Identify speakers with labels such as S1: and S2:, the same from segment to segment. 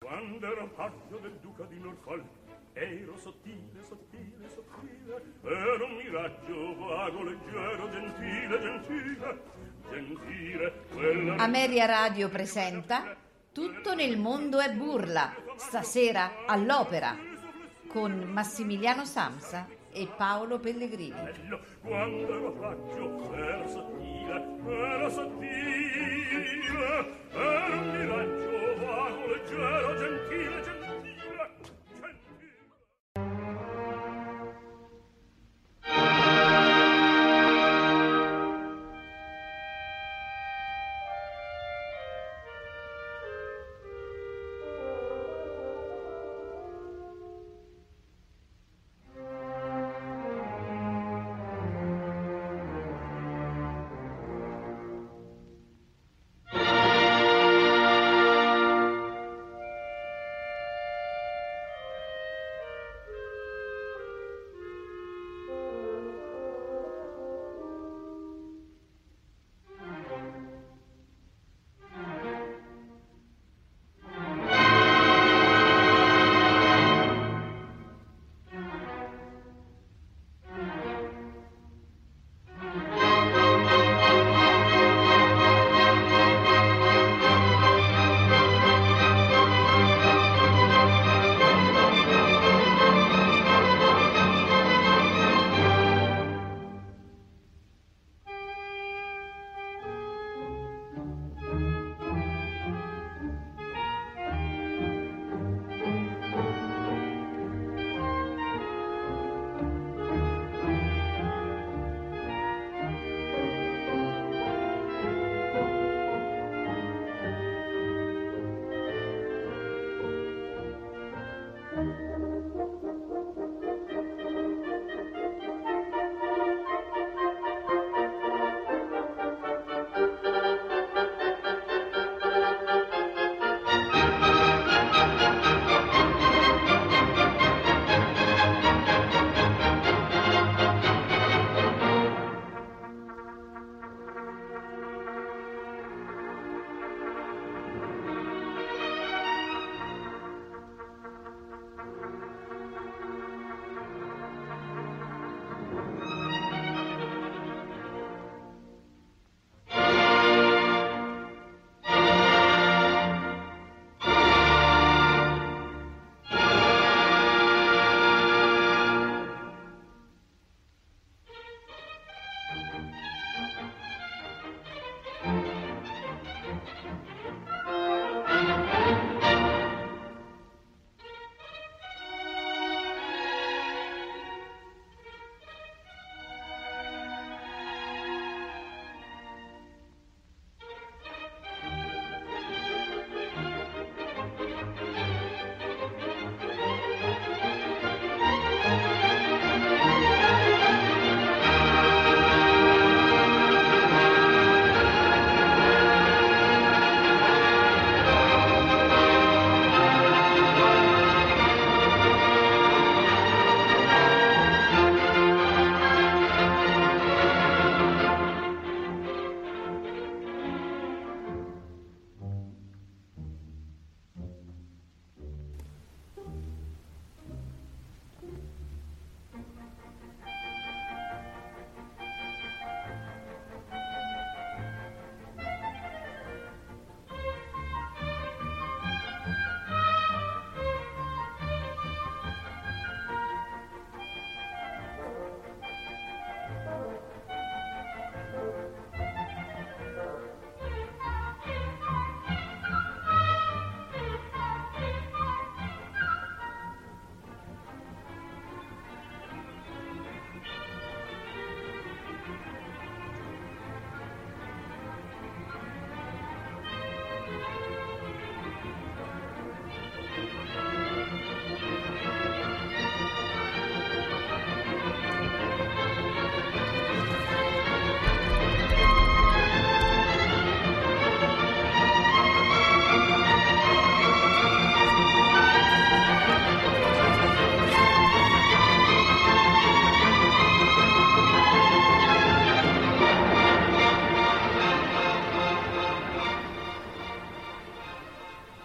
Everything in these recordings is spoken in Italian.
S1: Quando ero paggio del duca di Norfolk, ero sottile, sottile, sottile, ero un miraggio vago, leggero, gentile, gentile, gentile. Quella...
S2: Ameria Radio presenta Tutto nel mondo è burla, stasera all'Opera, con Massimiliano Samsa e Paolo Pellegrini.
S1: Quando ero paggio, ero sottile, ero un miraggio vago, leggero, gentile, gentile.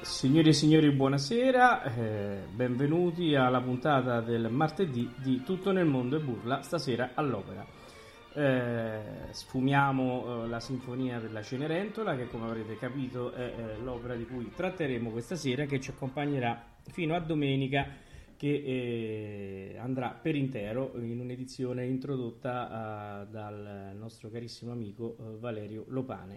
S3: Signore e signori, buonasera, benvenuti alla puntata del martedì di Tutto nel mondo e burla, stasera all'opera. Sfumiamo la sinfonia della Cenerentola, che come avrete capito è l'opera di cui tratteremo questa sera, che ci accompagnerà fino a domenica, che andrà per intero in un'edizione introdotta dal nostro carissimo amico Valerio Lopane.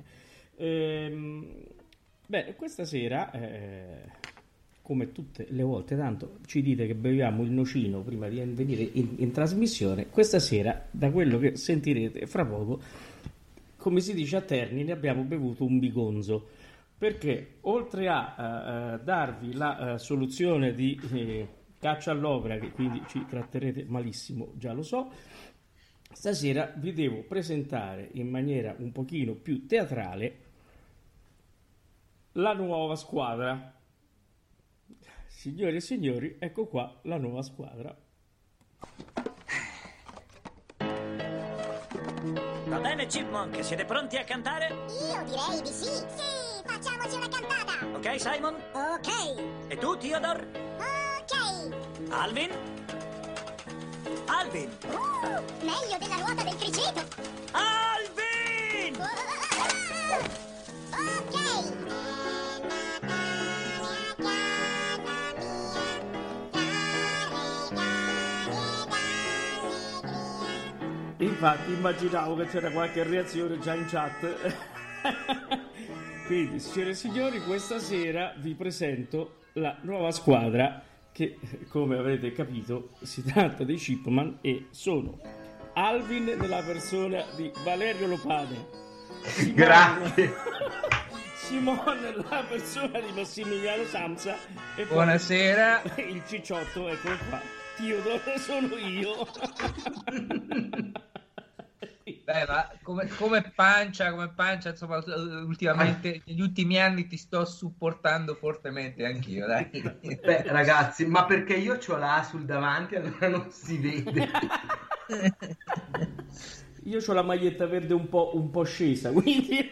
S3: Beh, questa sera, come tutte le volte, tanto ci dite che beviamo il nocino prima di venire in trasmissione, questa sera, da quello che sentirete fra poco, come si dice a Termini, abbiamo bevuto un bigonzo, perché oltre a darvi la soluzione di caccia all'opera, che quindi ci tratterete malissimo, già lo so, stasera vi devo presentare in maniera un pochino più teatrale la nuova squadra. Signore e signori, ecco qua la nuova squadra.
S4: Va bene, Chipmunk, siete pronti a cantare?
S5: Io direi di sì. Sì, facciamoci una cantata.
S4: Ok, Simon?
S5: Ok.
S4: E tu, Theodore?
S5: Ok.
S4: Alvin? Alvin!
S5: Meglio della ruota del criceto.
S4: Alvin!
S5: Ok.
S3: Infatti immaginavo che c'era qualche reazione già in chat. Quindi, signore e signori, questa sera vi presento la nuova squadra, che come avrete capito si tratta dei Chipman, e sono Alvin nella persona di Valerio Lopane,
S6: Grazie.
S3: Simone nella persona di Massimiliano Samsa, e poi
S7: Buonasera.
S3: il cicciotto, eccolo qua, Theodore, sono io.
S7: Beh, ma come pancia, insomma, ultimamente, negli ultimi anni ti sto supportando fortemente anch'io, dai.
S6: Beh, ragazzi, ma perché io c'ho la A sul davanti, allora non si vede.
S3: Io ho la maglietta verde un po' scesa, quindi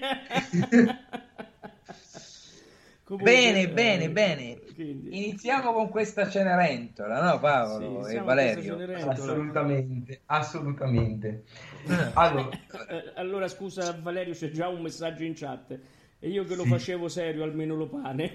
S3: comunque,
S7: Bene.
S3: quindi
S7: Iniziamo con questa Cenerentola, no, Paolo
S3: sì,
S7: e
S3: iniziamo
S7: Valerio?
S3: questa Cenerentola.
S6: Assolutamente. Allora,
S3: Allora scusa Valerio, c'è già un messaggio in chat, e io che lo facevo serio, almeno Lopane.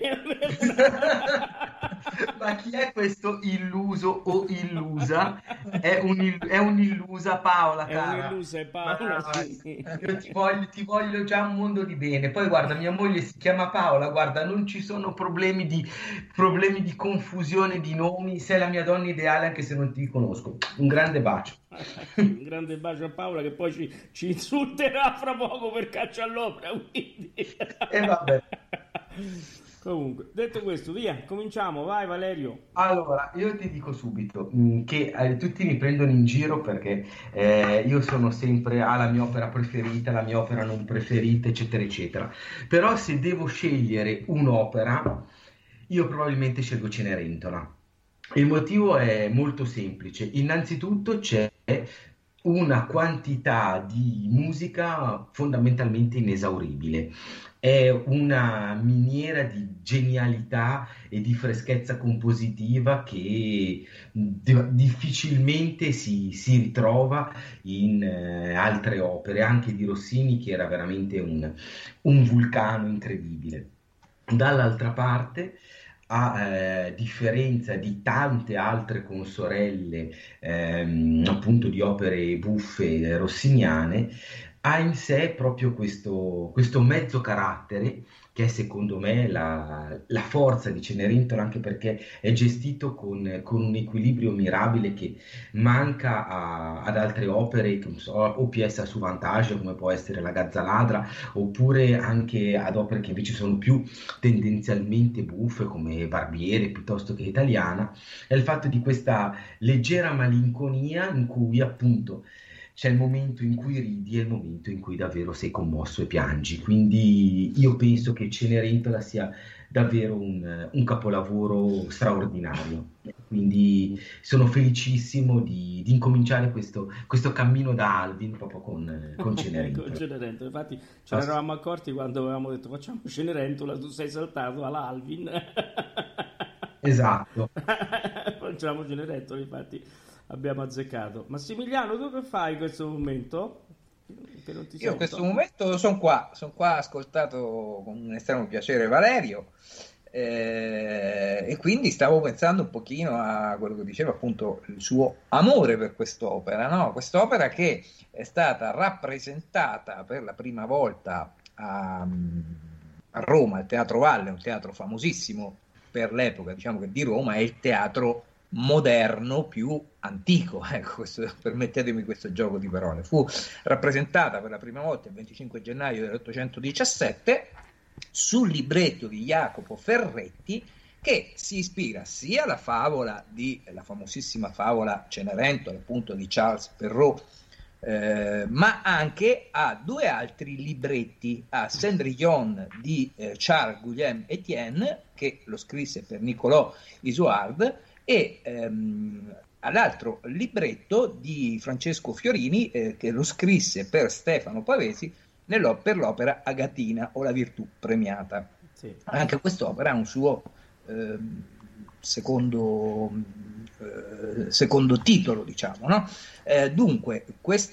S6: ma chi è questo illuso o illusa? È un'illusa, Paola,
S3: È
S6: cara.
S3: un'illusa, è Paola,
S6: Ma
S3: sì.
S6: io ti voglio già un mondo di bene. Poi guarda, mia moglie si chiama Paola, guarda, non ci sono problemi di confusione di nomi. Sei la mia donna ideale anche se non ti conosco. Un grande bacio.
S3: Un grande bacio a Paola, che poi ci insulterà fra poco per caccia all'opera, quindi.
S6: E vabbè.
S3: Comunque, detto questo, via, cominciamo, vai Valerio.
S6: Allora, io ti dico subito che tutti mi prendono in giro perché io sono sempre la mia opera preferita, la mia opera non preferita, eccetera, eccetera. Però se devo scegliere un'opera, io probabilmente scelgo Cenerentola. Il motivo è molto semplice. Innanzitutto c'è una quantità di musica fondamentalmente inesauribile. È una miniera di genialità e di freschezza compositiva che difficilmente si ritrova in altre opere, anche di Rossini, che era veramente un vulcano incredibile. Dall'altra parte, a differenza di tante altre consorelle appunto di opere buffe rossiniane, ha in sé proprio questo mezzo carattere che è secondo me la forza di Cenerentola, anche perché è gestito con un equilibrio mirabile che manca ad altre opere, che, non so, o pièce à souvantage come può essere La Gazzaladra, oppure anche ad opere che invece sono più tendenzialmente buffe come Barbiere piuttosto che Italiana. È il fatto di questa leggera malinconia in cui appunto c'è il momento in cui ridi e il momento in cui davvero sei commosso e piangi. Quindi io penso che Cenerentola sia davvero un capolavoro straordinario. Quindi sono felicissimo di incominciare questo cammino da Alvin proprio con Cenerentola.
S3: Con Cenerentola. Infatti ce ne eravamo accorti quando avevamo detto facciamo Cenerentola, tu sei saltato all'Alvin.
S6: Esatto.
S3: Facciamo Cenerentola, infatti abbiamo azzeccato. Massimiliano, tu che fai in questo momento? Che non ti
S7: Io
S3: sento.
S7: in questo momento sono qua, ascoltato con un estremo piacere Valerio, e quindi stavo pensando un pochino a quello che diceva appunto il suo amore per quest'opera, no? Quest'opera che è stata rappresentata per la prima volta a Roma, al Teatro Valle, un teatro famosissimo per l'epoca, diciamo che di Roma è il teatro moderno più antico, ecco, permettetemi questo gioco di parole. Fu rappresentata per la prima volta il 25 gennaio dell'817 sul libretto di Jacopo Ferretti, che si ispira sia alla favola la famosissima favola Cenerentola, appunto di Charles Perrault, ma anche a due altri libretti, a Cendrillon di Charles Guillaume Etienne, che lo scrisse per Nicolò Isoard, e all'altro libretto di Francesco Fiorini, che lo scrisse per Stefano Pavesi per l'opera Agatina o la virtù premiata.
S3: Sì.
S7: Anche quest'opera ha un suo secondo titolo, diciamo, no? Dunque,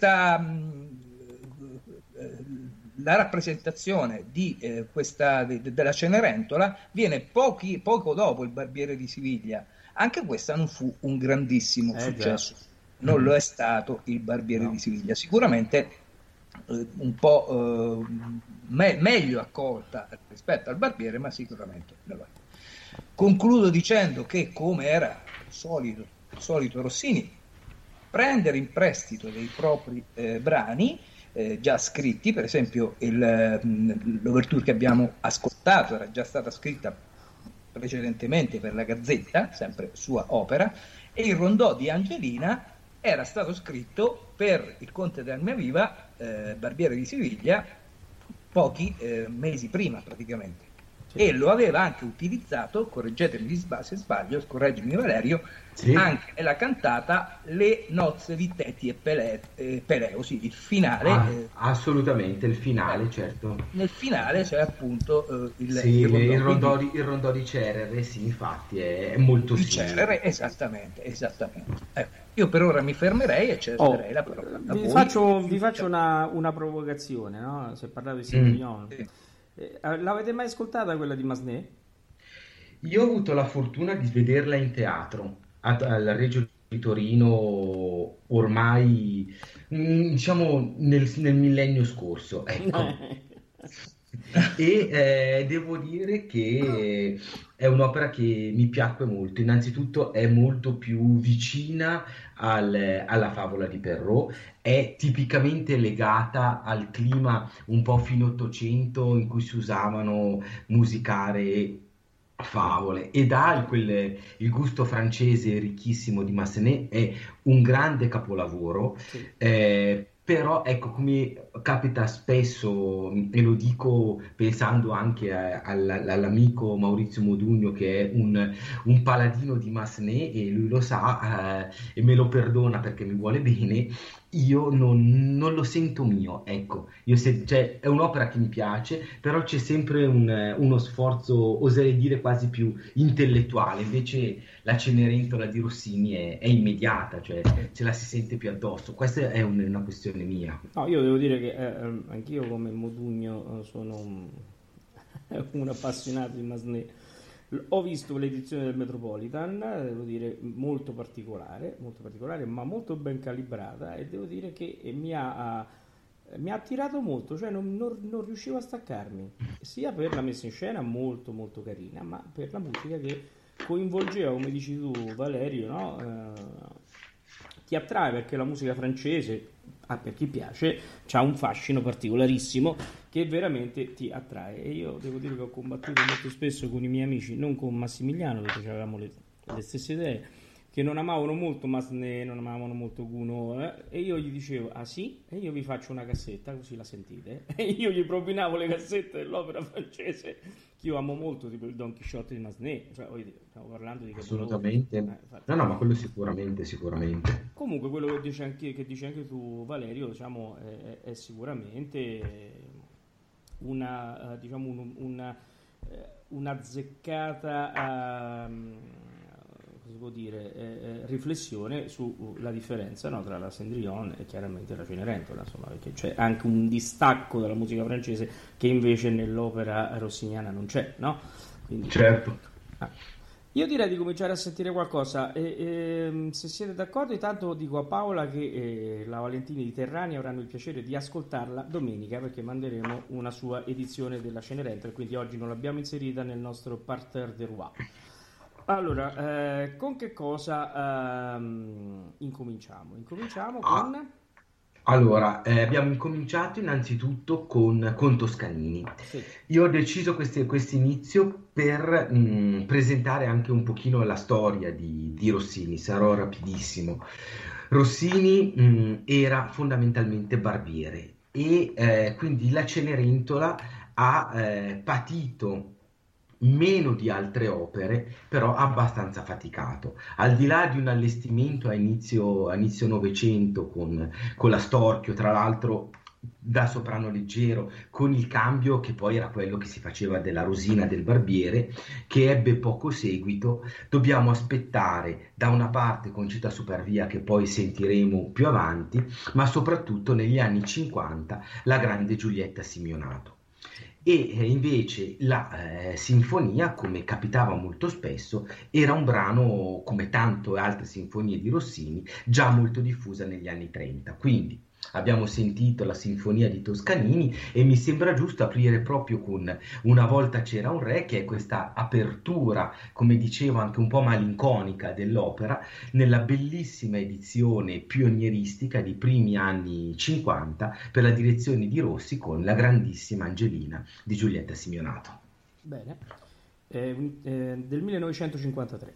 S7: la rappresentazione della Cenerentola viene poco dopo il Barbiere di Siviglia. Anche questa non fu un grandissimo successo, non lo è stato il Barbiere di Siviglia, sicuramente un po' meglio accolta rispetto al Barbiere, ma sicuramente non lo è. Concludo dicendo che, come era solito Rossini, prendere in prestito dei propri brani già scritti, per esempio l'ouverture che abbiamo ascoltato era già stata scritta precedentemente per la Gazzetta, sempre sua opera, e il rondò di Angelina era stato scritto per il Conte di Almaviva, Barbiere di Siviglia, pochi mesi prima praticamente. Sì. E lo aveva anche utilizzato, correggetemi se sbaglio, correggimi Valerio, sì, anche nella cantata Le nozze di Teti e Peleo, sì, il finale.
S6: Assolutamente, il finale, certo.
S7: Nel finale c'è appunto
S6: il rondò di Cerere, sì, infatti è molto
S7: simile. Di Cerere, esattamente. Io per ora mi fermerei e cederei la parola a voi.
S3: Vi faccio una provocazione, no? Se parlate di Cendrillon. Sì. L'avete mai ascoltata quella di Massenet?
S6: Io ho avuto la fortuna di vederla in teatro al Regio di Torino ormai, diciamo, nel millennio scorso, ecco. E devo dire che è un'opera che mi piacque molto. Innanzitutto è molto più vicina alla favola di Perrault, è tipicamente legata al clima un po' fine Ottocento in cui si usavano musicare favole, ed ha il gusto francese ricchissimo di Massenet. È un grande capolavoro, sì. Però ecco, come capita spesso, e lo dico pensando anche all'amico Maurizio Modugno, che è un paladino di Massenet, e lui lo sa, e me lo perdona perché mi vuole bene, io non lo sento mio, ecco. Cioè, è un'opera che mi piace, però c'è sempre uno sforzo, oserei dire quasi più intellettuale. Invece la Cenerentola di Rossini è immediata, cioè ce la si sente più addosso. Questa è una questione mia.
S3: No, io devo dire che anch'io come Modugno sono un appassionato di Massenet. Ho visto l'edizione del Metropolitan, devo dire molto particolare, ma molto ben calibrata, e devo dire che mi ha attirato molto, cioè non riuscivo a staccarmi, sia per la messa in scena molto molto carina, ma per la musica che coinvolgeva, come dici tu Valerio, no? Ti attrae, perché la musica francese, per chi piace, ha un fascino particolarissimo che veramente ti attrae. E io devo dire che ho combattuto molto spesso con i miei amici, non con Massimiliano perché avevamo le stesse idee, che non amavano molto Massenet, non amavano molto Gounod, e io gli dicevo, ah sì? E io vi faccio una cassetta, così la sentite. E io gli propinavo le cassette dell'opera francese, che io amo molto, tipo il Don Chisciotte di Massenet, cioè, voglio dire, stiamo parlando di
S6: Assolutamente.
S3: infatti.
S6: No, no, ma quello sicuramente, sicuramente.
S3: Comunque quello che dici anche tu, Valerio, diciamo, è sicuramente una, diciamo, una azzeccata, cosa si può dire, riflessione sulla differenza, no, tra la Cendrillon e chiaramente la Cenerentola, insomma, perché c'è anche un distacco dalla musica francese che invece nell'opera rossiniana non c'è, no? Quindi,
S6: Certo.
S3: io direi di cominciare a sentire qualcosa e, se siete d'accordo, intanto dico a Paola che la Valentini di Terrani avranno il piacere di ascoltarla domenica, perché manderemo una sua edizione della Cenerentola, quindi oggi non l'abbiamo inserita nel nostro Parterre des Rois. Allora, con che cosa incominciamo? Incominciamo con...
S6: Allora, abbiamo incominciato innanzitutto con Toscanini.
S3: Sì.
S6: Io ho deciso questo inizio per presentare anche un pochino la storia di Rossini, sarò rapidissimo. Rossini era fondamentalmente barbiere e quindi la Cenerentola ha patito meno di altre opere, però abbastanza faticato. Al di là di un allestimento a inizio Novecento con la Storchio, tra l'altro da soprano leggero, con il cambio che poi era quello che si faceva della Rosina del Barbiere, che ebbe poco seguito, dobbiamo aspettare da una parte Concita Supervia, che poi sentiremo più avanti, ma soprattutto negli anni 50 la grande Giulietta Simeonato. E invece la sinfonia, come capitava molto spesso, era un brano, come tante altre sinfonie di Rossini, già molto diffusa negli anni 30. Quindi abbiamo sentito la sinfonia di Toscanini e mi sembra giusto aprire proprio con Una volta c'era un re, che è questa apertura, come dicevo, anche un po' malinconica dell'opera, nella bellissima edizione pionieristica di primi anni 50 per la direzione di Rossi, con la grandissima Angelina di Giulietta Simeonato.
S3: Bene, del 1953.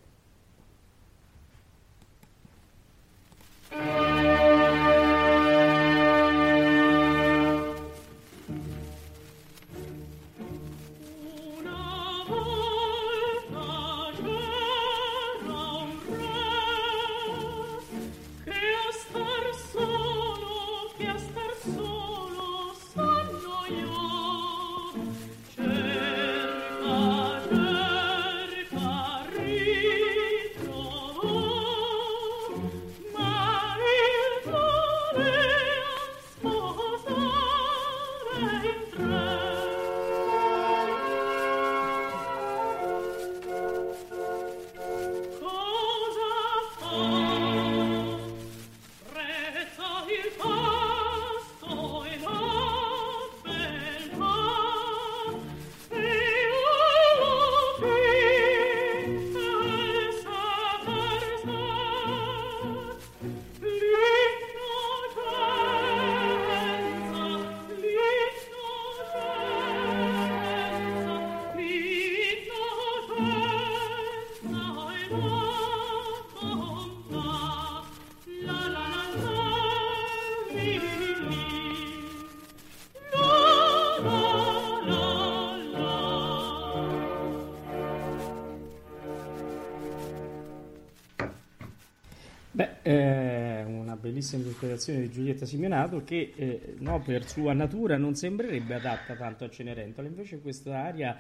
S3: Una bellissima interpretazione di Giulietta Simeonato che no, per sua natura non sembrerebbe adatta tanto a Cenerentola, invece questa aria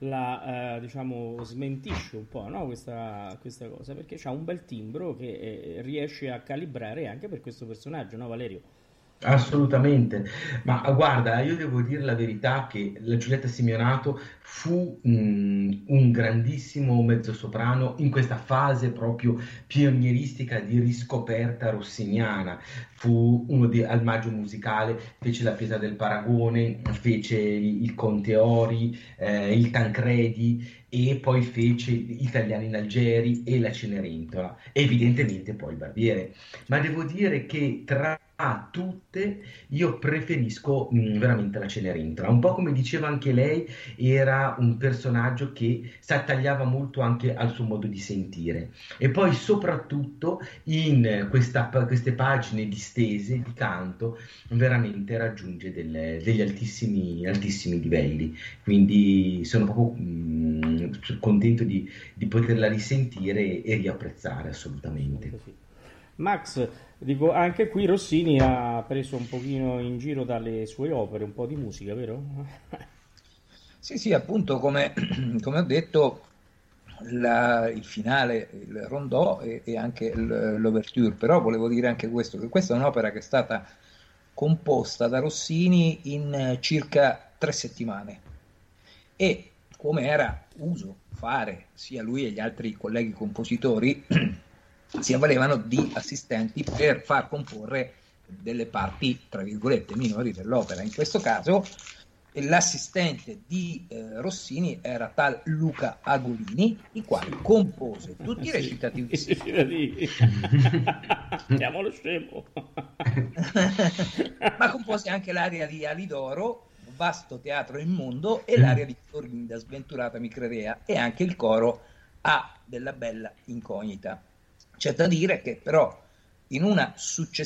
S3: la diciamo smentisce un po', no? questa cosa, perché ha un bel timbro che riesce a calibrare anche per questo personaggio, no Valerio?
S6: Assolutamente, ma guarda, io devo dire la verità che la Giulietta Simeonato fu un grandissimo mezzosoprano in questa fase proprio pionieristica di riscoperta rossiniana. fu al Maggio Musicale, fece la Pietà del Paragone, fece il Conte Ori, il Tancredi e poi fece Italiani in Algeri e la Cenerentola, e evidentemente poi il Barbiere. Ma devo dire che tra tutte io preferisco veramente la Cenerentola. Un po' come diceva anche lei, era un personaggio che si attagliava molto anche al suo modo di sentire, e poi soprattutto in queste pagine distese di canto veramente raggiunge degli altissimi livelli, quindi sono proprio contento di poterla risentire e riapprezzare assolutamente.
S3: Max, dico, anche qui Rossini ha preso un pochino in giro dalle sue opere un po' di musica, vero?
S7: Sì, appunto, come ho detto, il finale, il rondò e anche l'ouverture, però volevo dire anche questo, che questa è un'opera che è stata composta da Rossini in circa 3 settimane, e come era uso fare sia lui e gli altri colleghi compositori, si avvalevano di assistenti per far comporre delle parti, tra virgolette, minori dell'opera. In questo caso l'assistente di Rossini era tal Luca Agolini, il quale compose tutti i recitativi.
S3: Siamo lo scemo.
S7: Ma compose anche l'aria di Alidoro, Vasto teatro immondo, e l'aria di Florinda, Sventurata mi credea, e anche il coro A della bella incognita. C'è da dire che però in una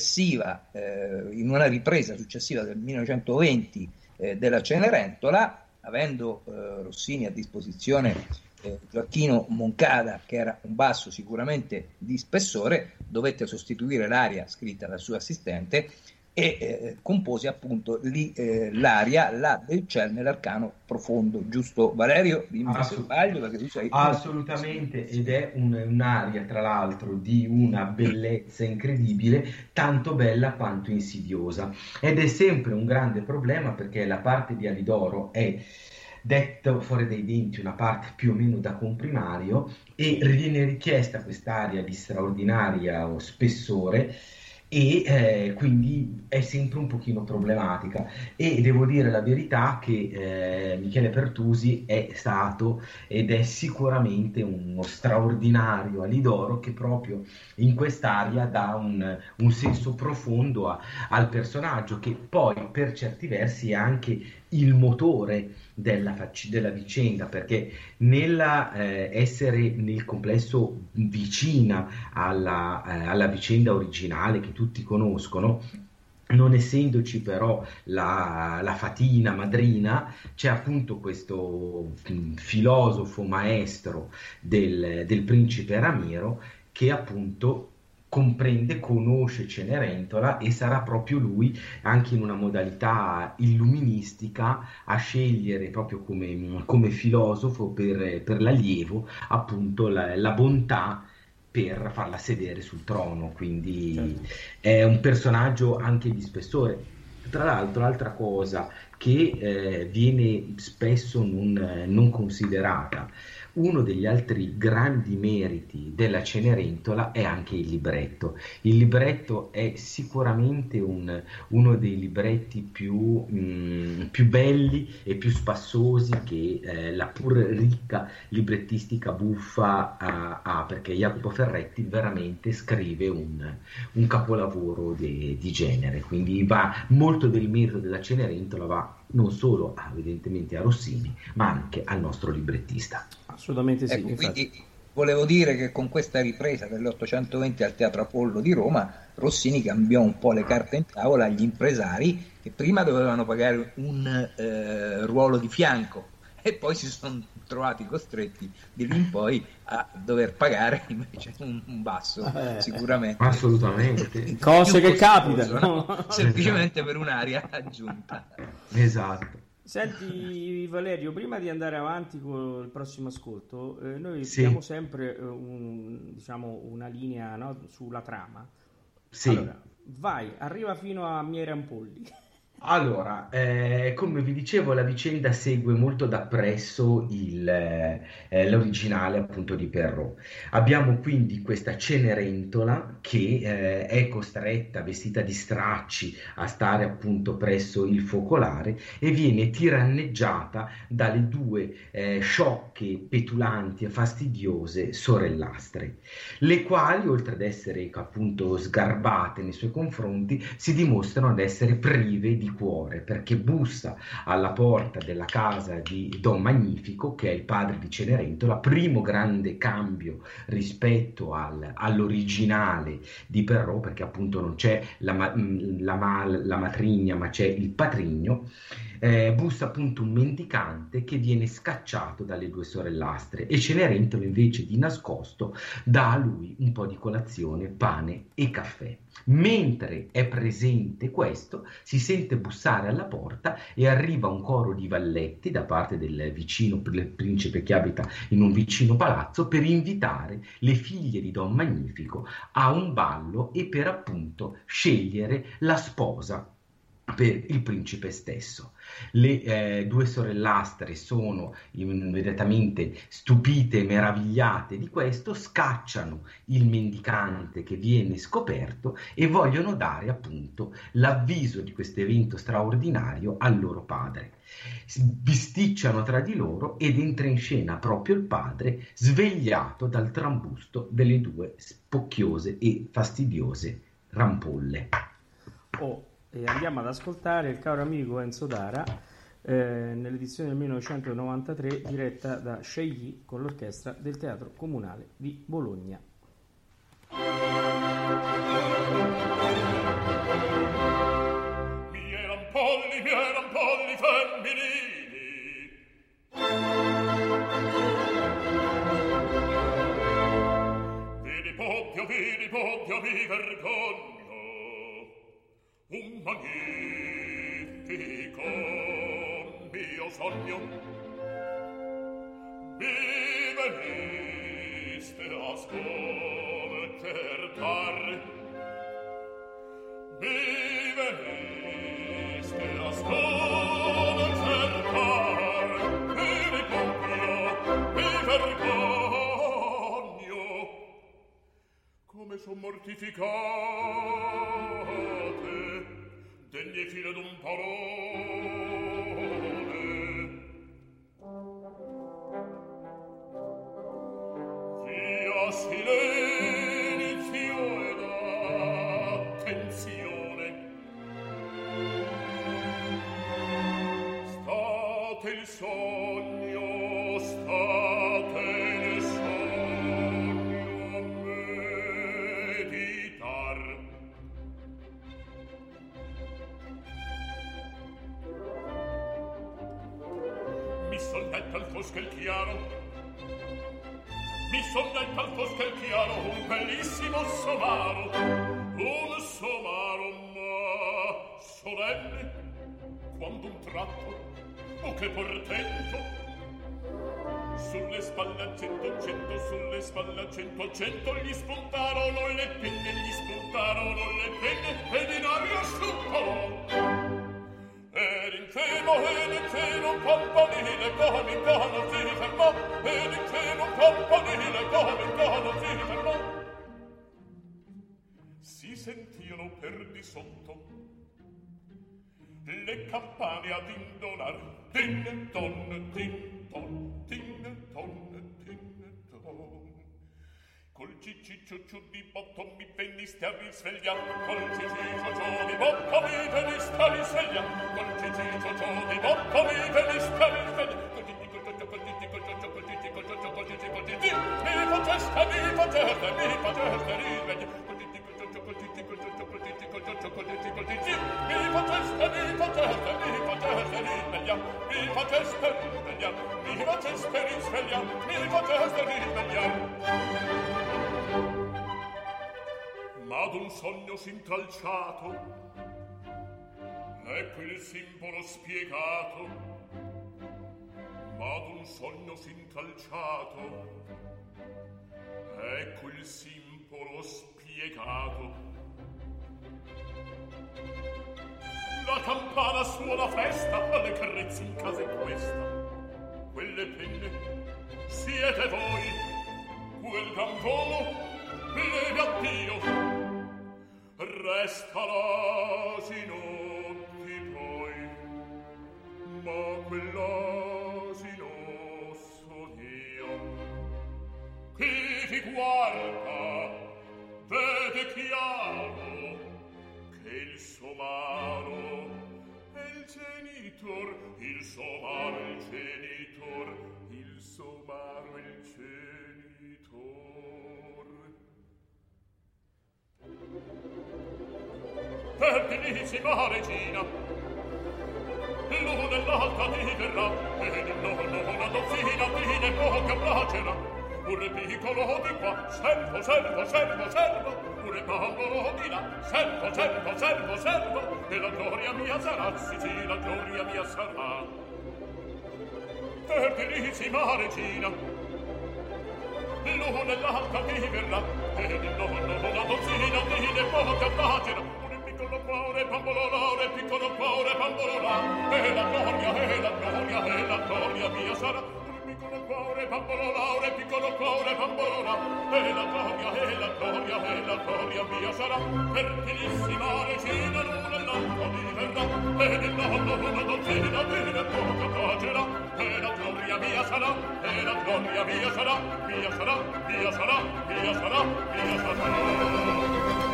S7: ripresa successiva del 1920 della Cenerentola, avendo Rossini a disposizione Gioacchino Moncada, che era un basso sicuramente di spessore, dovette sostituire l'aria scritta dal suo assistente e compose appunto l'aria La del ciel nell'arcano profondo, giusto Valerio? Dimmi se sbaglio, perché tu sei...
S6: Assolutamente, ed è un'aria tra l'altro di una bellezza incredibile, tanto bella quanto insidiosa, ed è sempre un grande problema perché la parte di Alidoro è, detto fuori dai denti, una parte più o meno da comprimario, e viene richiesta quest'aria di straordinario spessore, e quindi è sempre un pochino problematica, e devo dire la verità che Michele Pertusi è stato ed è sicuramente uno straordinario Alidoro, che proprio in quest'aria dà un senso profondo al personaggio, che poi per certi versi è anche il motore della vicenda, perché nella essere nel complesso vicina alla vicenda originale che tutti conoscono, non essendoci però la fatina madrina, c'è appunto questo filosofo maestro del principe Ramiro, che appunto comprende, conosce Cenerentola, e sarà proprio lui, anche in una modalità illuministica, a scegliere proprio come filosofo per l'allievo appunto la bontà, per farla sedere sul trono. Quindi è un personaggio anche di spessore. Tra l'altro, l'altra cosa che viene spesso non considerata, uno degli altri grandi meriti della Cenerentola è anche il libretto. Il libretto è sicuramente uno dei libretti più belli e più spassosi che la pur ricca librettistica buffa ha, perché Jacopo Ferretti veramente scrive un capolavoro di genere. Quindi molto del merito della Cenerentola va non solo evidentemente a Rossini, ma anche al nostro librettista.
S3: Assolutamente sì.
S7: Ecco, quindi volevo dire che con questa ripresa dell'820 al Teatro Apollo di Roma, Rossini cambiò un po' le carte in tavola agli impresari, che prima dovevano pagare un ruolo di fianco, e poi si sono trovati costretti di lì in poi a dover pagare invece un basso, sicuramente.
S6: Assolutamente.
S3: Cose che capitano,
S7: no? Semplicemente per un'aria aggiunta.
S6: Esatto.
S3: Senti Valerio, prima di andare avanti con il prossimo ascolto, noi
S6: Sì.
S3: abbiamo sempre una linea, no, sulla trama.
S6: Sì.
S3: Allora, arriva fino a Miei Rampolli
S6: Allora, come vi dicevo, la vicenda segue molto da presso l'originale appunto di Perrault. Abbiamo quindi questa Cenerentola che è costretta, vestita di stracci, a stare appunto presso il focolare e viene tiranneggiata dalle due sciocche, petulanti e fastidiose sorellastre, le quali, oltre ad essere appunto sgarbate nei suoi confronti, si dimostrano ad essere prive di cuore, perché bussa alla porta della casa di Don Magnifico, che è il padre di Cenerentola, primo grande cambio rispetto all'originale di Perrault, perché appunto non c'è la matrigna, ma c'è il patrigno. Bussa appunto un mendicante che viene scacciato dalle due sorellastre e Cenerentola invece di nascosto dà a lui un po' di colazione, pane e caffè. Mentre è presente questo, si sente bussare alla porta e arriva un coro di valletti da parte del vicino principe che abita in un vicino palazzo per invitare le figlie di Don Magnifico a un ballo e per appunto scegliere la sposa per il principe stesso. Le due sorellastre sono immediatamente stupite e meravigliate di questo, scacciano il mendicante che viene scoperto e vogliono dare appunto l'avviso di questo evento straordinario al loro padre. Bisticciano tra di loro ed entra in scena proprio il padre, svegliato dal trambusto delle due spocchiose e fastidiose rampolle.
S3: E andiamo ad ascoltare il caro amico Enzo Dara nell'edizione del 1993 diretta da Scegli con l'orchestra del Teatro Comunale di Bologna.
S1: Mi eran polli femminili, vedi poppio, mi vergogno. Un magnifico mio sogno mi veniste a sconcertar, mi veniste a sconcertar, vedi poppio, mi vergogno, come son mortificate degne file d'un parole. Via silenzio ed attenzione, state il sogno, state il sogno meditar. Mi son detta al fosco il chiaro, mi son detta al fosco il chiaro, un bellissimo somaro ma solenne, quando un tratto, oh che portento, sulle spalle a cento, sulle spalle a cento, gli spuntarono le penne, ed in aria sciupolò. Ed in cielo un campanile come in cono si fermò, ed in cielo un campanile come in cono si fermò. Si sentirono per di sotto le campane ad indonar, din don, din don, din don, din don. Col cicicciucciu di botto mi veniste a risvegliar, col cicicciucciu di botto mi veniste a risvegliar, col cicicciucciu di botto mi veniste a risvegliar, col cicicciucciu, mi faceste risvegliar, ma d'un sogno s'intralciato, ecco il simbolo spiegato, ma d'un sogno s'intralciato, ecco il simbolo spiegato. La campana suona festa, le carezze in casa è questa. Quelle penne siete voi, quel gran volo leve addio. Resta l'asino di poi, ma quell'asino son io. Chi ti guarda vede chiaro che il somaro è il genitor, il somaro è il genitor, il somaro è il genitor. Fertilissima regina, l'uno nell'altra ti verrà, ed il nonno una dozzina di nepoche abbraccerà. Pure piccolo di qua, servo, servo, servo, servo, pure bambolo di là, servo, servo, servo, servo, e la gloria mia sarà, sì, sì, la gloria mia sarà. Fertilissima regina, l'uno nell'altra ti verrà, ed il nonno una dozzina di nepoche abbraccerà. Pure piccolo cuore, bambolo là, piccolo cuore, bambolo là, e la gloria, e la gloria, e la gloria mia sarà. Piccolo cuore, bambolo laure, piccolo cuore, bambolo là, e la gloria, e la gloria, e la gloria mia sarà. Fertilissima regina, l'una e l'altra mi verrà, ed il nonno una dozzina di nepoche bacerà, e la gloria mia sarà, e la gloria mia sarà, mia sarà, mia sarà, mia sarà, mia sarà.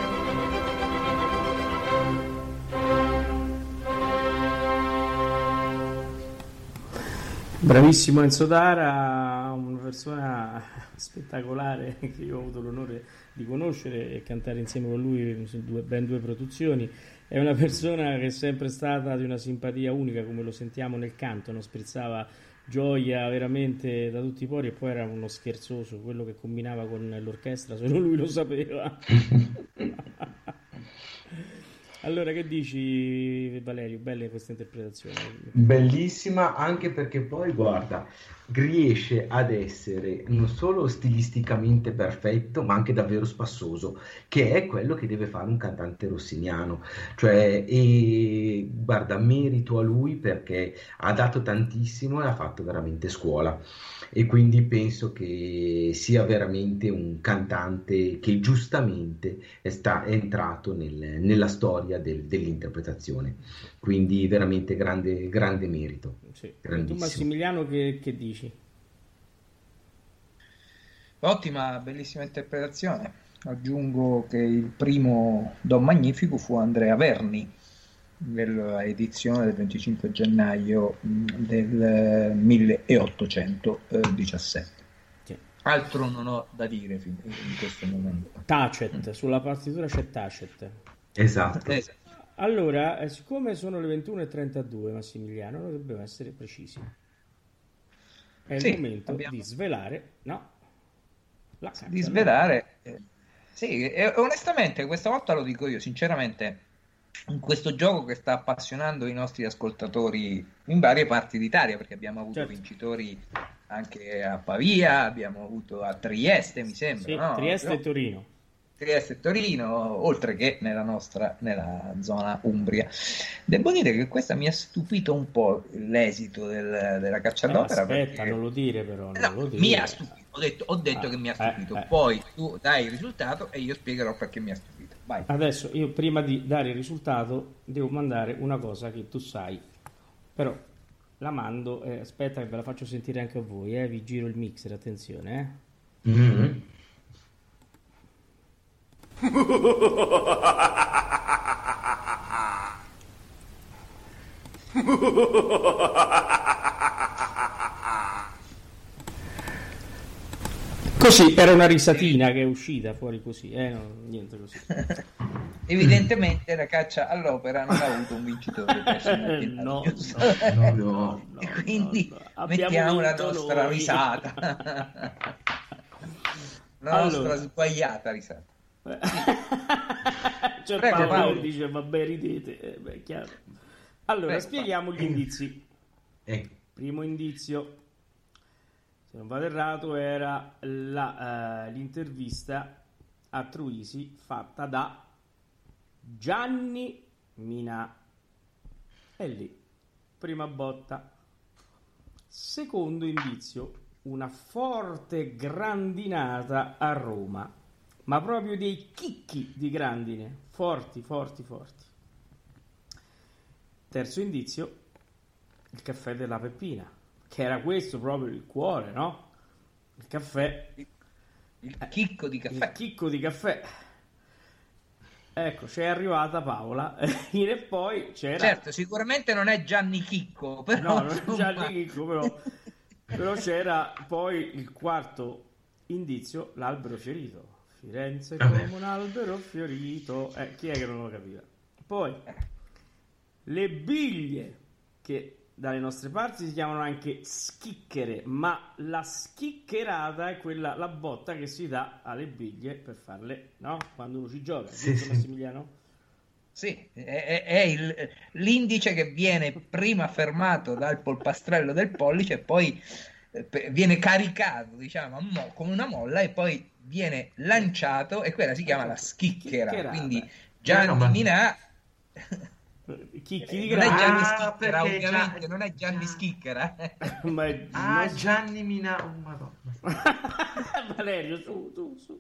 S3: Bravissimo Enzo Tara, una persona spettacolare che io ho avuto l'onore di conoscere e cantare insieme con lui su ben due produzioni. È una persona che è sempre stata di una simpatia unica, come lo sentiamo nel canto, non sprizzava gioia veramente da tutti i pori, e poi era uno scherzoso, quello che combinava con l'orchestra, solo lui lo sapeva. Allora, che dici Valerio? Bella questa interpretazione.
S6: Bellissima, anche perché poi, guarda, riesce ad essere non solo stilisticamente perfetto, ma anche davvero spassoso, che è quello che deve fare un cantante rossiniano. Cioè, e guarda, merito a lui perché ha dato tantissimo e ha fatto veramente scuola. E quindi penso che sia veramente un cantante che giustamente è entrato nella storia dell'interpretazione, quindi veramente grande merito.
S3: Sì. Tu Massimiliano che dici?
S7: Ottima, bellissima interpretazione. Aggiungo che il primo Don Magnifico fu Andrea Verni nell'edizione del 25 gennaio del 1817.
S3: Sì.
S7: Altro non ho da dire in questo momento.
S3: Tacet, sulla partitura c'è Tacet.
S6: Esatto.
S3: Allora, siccome sono le 21:32, Massimiliano, noi dobbiamo essere precisi. È il momento di svelare, no? La caccia
S7: di svelare. Sì, onestamente, questa volta lo dico io, sinceramente, in questo gioco che sta appassionando i nostri ascoltatori in varie parti d'Italia, perché abbiamo avuto vincitori anche a Pavia, abbiamo avuto a Trieste, mi sembra.
S3: Sì,
S7: no?
S3: Trieste e Torino.
S7: Trieste e Torino, oltre che nella zona Umbria. Devo dire che questa mi ha stupito un po' l'esito della caccia all'opera.
S3: Aspetta,
S7: perché...
S3: non lo dire però. Non lo dire.
S7: Mi ha stupito, ho detto che mi ha stupito. Poi tu dai il risultato e io spiegherò perché mi ha stupito. Vai.
S3: Adesso io prima di dare il risultato devo mandare una cosa che tu sai, però la mando, aspetta che ve la faccio sentire anche a voi, vi giro il mixer, attenzione.
S6: Mm-hmm.
S3: Così, era una risatina che è uscita fuori così, niente così.
S7: Evidentemente la caccia all'opera non ha avuto un vincitore.
S3: No.
S7: E quindi mettiamo la nostra risata. La nostra sbagliata risata.
S3: Cioè,
S7: Prego, Paolo
S3: dice vabbè ridete, è chiaro. Allora spieghiamo gli indizi. Primo indizio, se non vado errato, era l'intervista a Truisi fatta da Gianni Minà. è lì, prima botta. Secondo indizio, una forte grandinata a Roma, ma proprio dei chicchi di grandine, forti, forti, forti. Terzo indizio, il caffè della Peppina, che era questo proprio il cuore, no? Il caffè.
S7: Il chicco di caffè.
S3: Il chicco di caffè. Ecco, c'è arrivata Paola e poi c'era...
S7: Certo, sicuramente non è Gianni Chicco, però...
S3: No, non è Gianni Chicco, però c'era poi il quarto indizio, l'albero fiorito. Firenze come un albero fiorito. Chi è che non lo capiva? Poi, le biglie, che dalle nostre parti si chiamano anche schicchere, ma la schiccherata è quella, la botta che si dà alle biglie per farle, no? Quando uno ci gioca,
S6: sì,
S3: giusto, Massimiliano?
S7: Sì, è l'indice che viene prima fermato dal polpastrello del pollice e poi viene caricato, diciamo, come una molla e poi viene lanciato e quella si chiama la schicchera. Quindi Gianni Minà...
S3: Chicchi di
S7: non è Gianni
S3: grande.
S7: Schicchera, ovviamente non è Gianni Schicchera.
S3: Ma
S6: Gianni Minà, oh, Madonna.
S3: Valerio, su.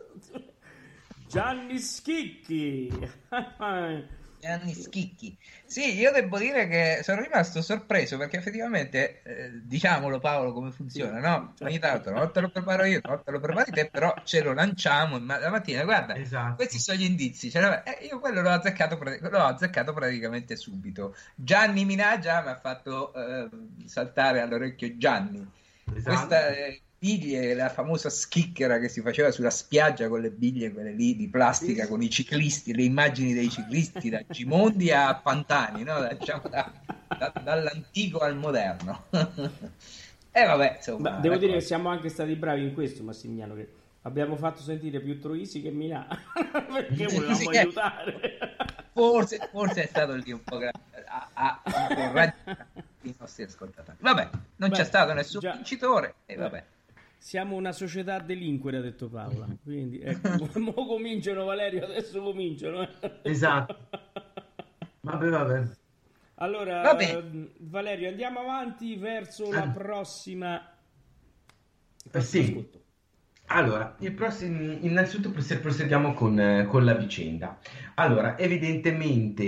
S3: Gianni Schicchi.
S7: Gianni Schicchi. Sì, io devo dire che sono rimasto sorpreso perché effettivamente, diciamolo Paolo come funziona, no? Ogni tanto non te lo preparo io, non te lo prepari te, però ce lo lanciamo la mattina, guarda,
S6: Esatto.
S7: questi sono gli indizi, io quello l'ho azzeccato praticamente subito. Gianni Minaggia mi ha fatto saltare all'orecchio Gianni.
S6: Esatto.
S7: Questa biglie, la famosa schicchera che si faceva sulla spiaggia con le biglie, quelle lì di plastica, con i ciclisti, le immagini dei ciclisti da Gimondi a Pantani, no? Diciamo, dall'antico al moderno. E vabbè, insomma.
S3: Ma devo dire che siamo anche stati bravi in questo, Massimiliano, che abbiamo fatto sentire più Troisi che Minà, perché volevamo aiutare.
S7: Forse è stato lì un po' grande a incoraggiare i nostri ascoltatori. Vabbè, non c'è stato nessun vincitore e vabbè.
S3: Siamo una società a delinquere, ha detto Paola. Quindi mo cominciano, Valerio, adesso cominciano.
S6: Esatto. Vabbè.
S3: Allora, Valerio, andiamo avanti verso la prossima.
S6: Sì.
S3: Ascolto.
S6: Allora, innanzitutto proseguiamo con la vicenda. Allora, evidentemente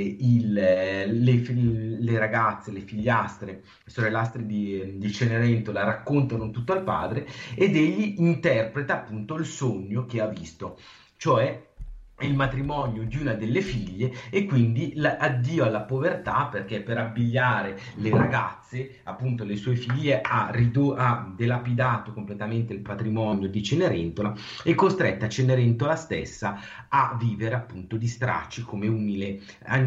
S6: le ragazze, le figliastre, le sorellastre di Cenerentola raccontano tutto al padre ed egli interpreta appunto il sogno che ha visto, cioè il matrimonio di una delle figlie e quindi l'addio alla povertà, perché per abbigliare le ragazze, appunto le sue figlie, ha delapidato completamente il patrimonio di Cenerentola e costretta Cenerentola stessa a vivere appunto di stracci come umile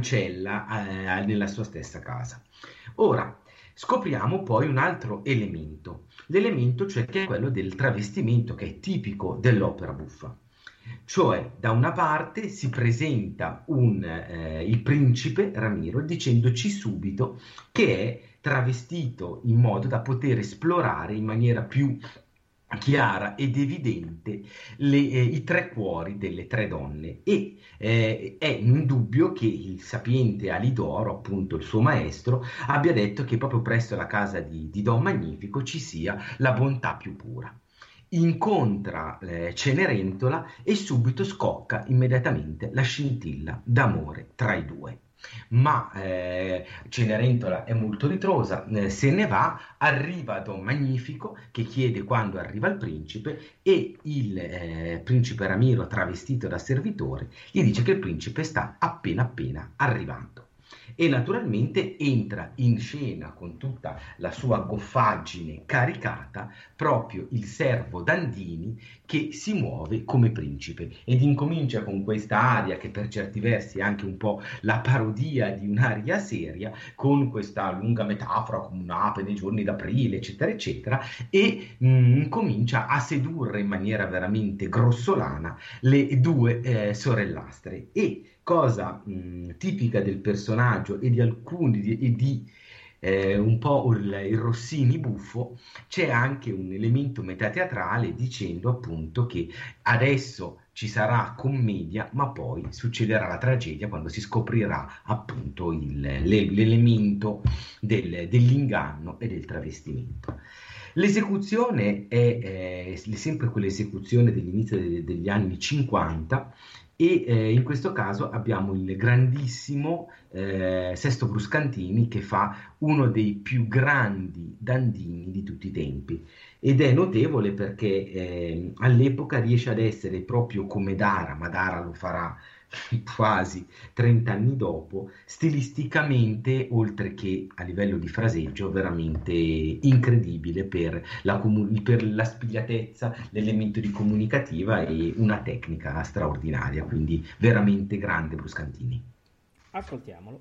S6: ancella nella sua stessa casa. Ora scopriamo poi un altro elemento, l'elemento cioè che è quello del travestimento, che è tipico dell'opera buffa. Cioè, da una parte si presenta il principe Ramiro dicendoci subito che è travestito in modo da poter esplorare in maniera più chiara ed evidente i tre cuori delle tre donne e è indubbio che il sapiente Alidoro, appunto il suo maestro, abbia detto che proprio presso la casa di Don Magnifico ci sia la bontà più pura. Incontra Cenerentola e subito scocca immediatamente la scintilla d'amore tra i due. Ma Cenerentola è molto ritrosa, se ne va, arriva Don Magnifico che chiede quando arriva il principe e il principe Ramiro, travestito da servitore, gli dice che il principe sta appena arrivando. E naturalmente entra in scena con tutta la sua goffaggine caricata proprio il servo Dandini, che si muove come principe ed incomincia con questa aria che per certi versi è anche un po' la parodia di un'aria seria, con questa lunga metafora come un'ape nei giorni d'aprile eccetera eccetera, e comincia a sedurre in maniera veramente grossolana le due sorellastre. E cosa tipica del personaggio e di alcuni un po' il Rossini buffo, c'è anche un elemento metateatrale dicendo appunto che adesso ci sarà commedia, ma poi succederà la tragedia quando si scoprirà appunto l'elemento dell'inganno e del travestimento. L'esecuzione è sempre quell'esecuzione dell'inizio degli anni 50 e in questo caso abbiamo il grandissimo Sesto Bruscantini, che fa uno dei più grandi dandini di tutti i tempi, ed è notevole perché all'epoca riesce ad essere proprio come Madara lo farà quasi 30 anni dopo, stilisticamente, oltre che a livello di fraseggio, veramente incredibile per la spigliatezza, l'elemento di comunicativa e una tecnica straordinaria, quindi veramente grande Bruscantini.
S3: Ascoltiamolo.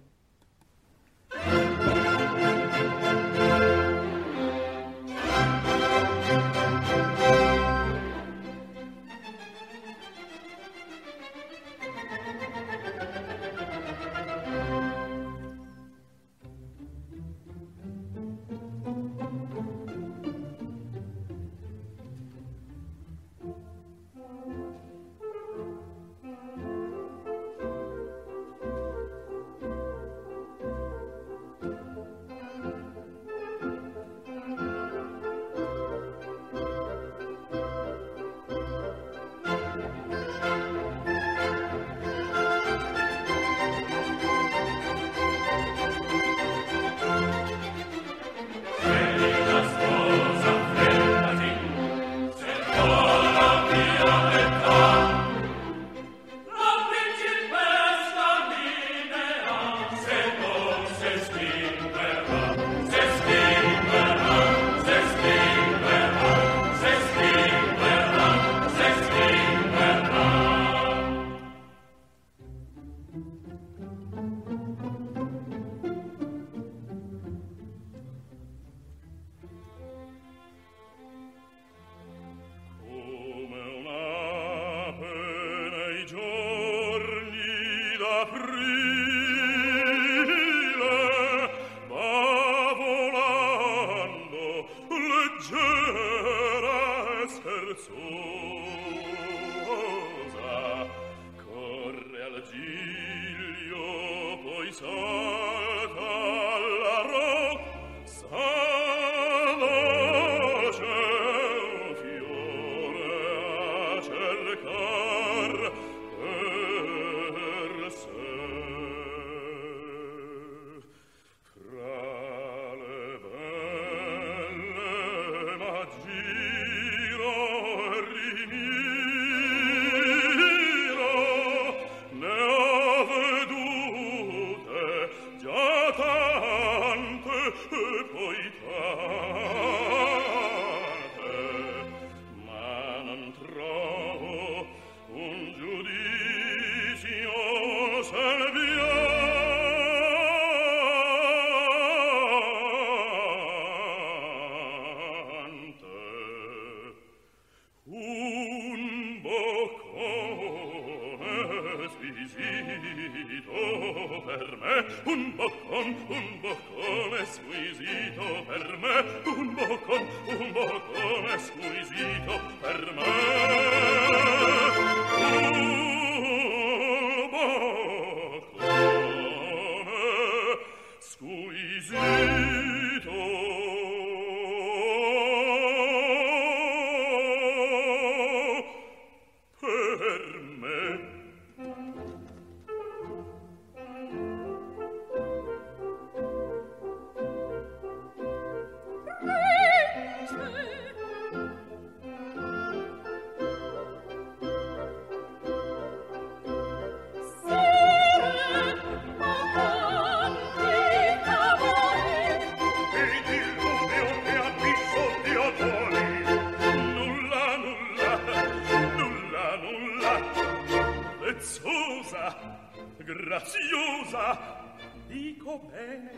S1: Graziosa, dico bene,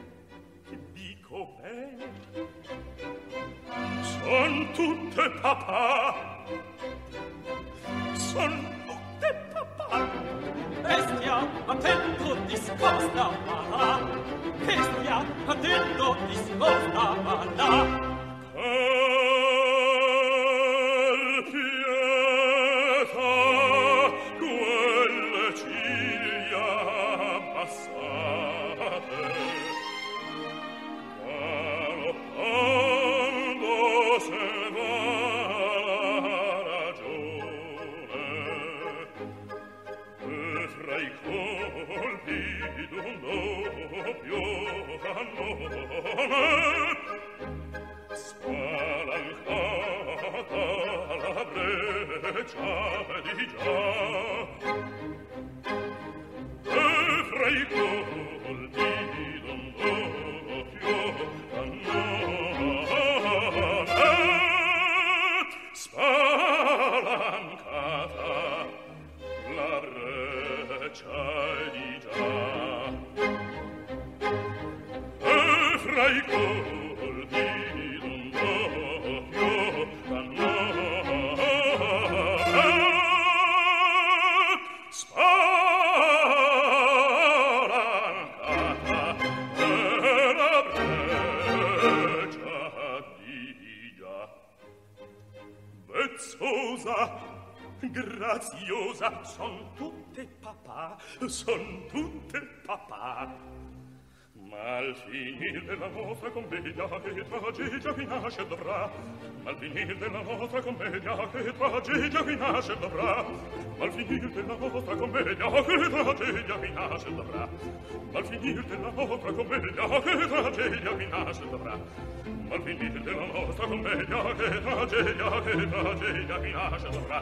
S1: son tutte papà,
S4: Bestia, attento, discosta,
S8: Bestia, attento, ti si mostra là.
S1: Graziosa, son tutte papà. Ma al finir della nostra commedia che tragedia qui nasce dovrà. Al finir della nostra commedia che tragedia qui nasce dovrà. Al finir della nostra commedia che tragedia qui nasce dovrà. Al finir della nostra commedia che tragedia qui nasce dovrà. Al finir della nostra commedia che tragedia qui nasce dovrà.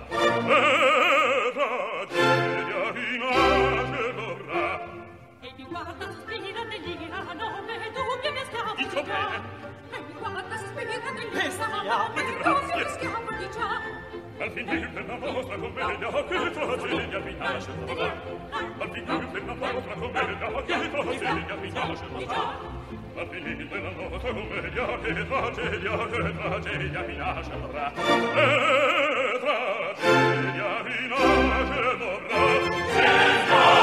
S1: Tragedia qui nasce dovrà.
S9: E mi guarda spira dell'ira, non è dubbio che stiamo di già. E mi guarda spira dell'ira, non è dubbio che stiamo di già.
S1: Al finir della nostra commedia che tragedia vi nasce dovrà. Al finir della nostra commedia che tragedia vi nasce dovrà. Al finir della nostra commedia che tragedia vi nasce dovrà. Tragedia vi nasce dovrà.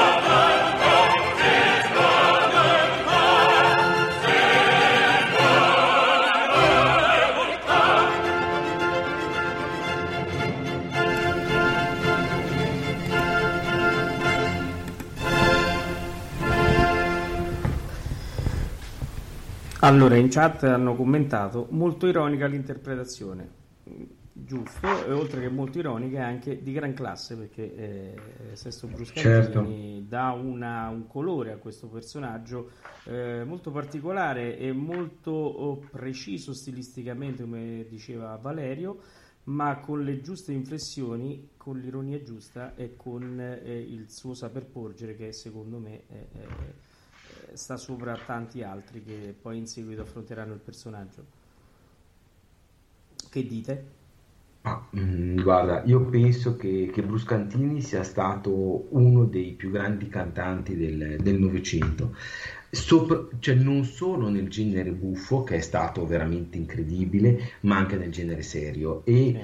S3: Allora, in chat hanno commentato molto ironica l'interpretazione, giusto, e oltre che molto ironica anche di gran classe, perché Sesto Bruscantini dà un colore a questo personaggio molto particolare e molto preciso stilisticamente, come diceva Valerio, ma con le giuste inflessioni, con l'ironia giusta e con il suo saper porgere, che secondo me sta sopra tanti altri che poi in seguito affronteranno il personaggio. Che dite?
S6: Guarda, io penso che Bruscantini sia stato uno dei più grandi cantanti del Novecento, cioè non solo nel genere buffo, che è stato veramente incredibile, ma anche nel genere serio, e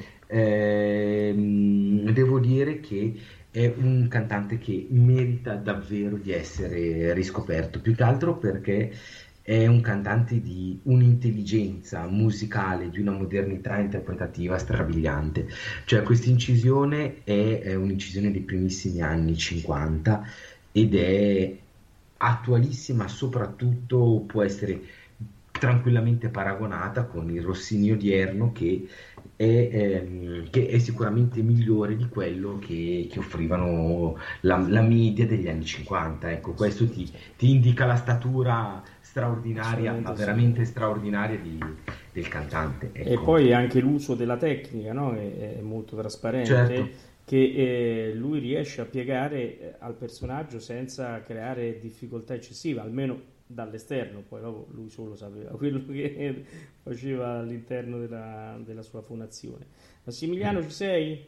S6: devo dire che è un cantante che merita davvero di essere riscoperto, più che altro perché è un cantante di un'intelligenza musicale, di una modernità interpretativa strabiliante. Cioè, questa incisione è un'incisione dei primissimi anni 50 ed è attualissima, soprattutto può essere tranquillamente paragonata con il Rossini odierno, che è sicuramente migliore di quello che offrivano la media degli anni 50. Ecco, questo ti indica la statura straordinaria, ma veramente straordinaria del cantante. Ecco.
S3: E poi anche l'uso della tecnica, no? È molto trasparente, certo, che lui riesce a piegare al personaggio senza creare difficoltà eccessive, almeno dall'esterno. Poi lui solo sapeva quello che faceva all'interno della sua fonazione. Massimiliano, ci sei?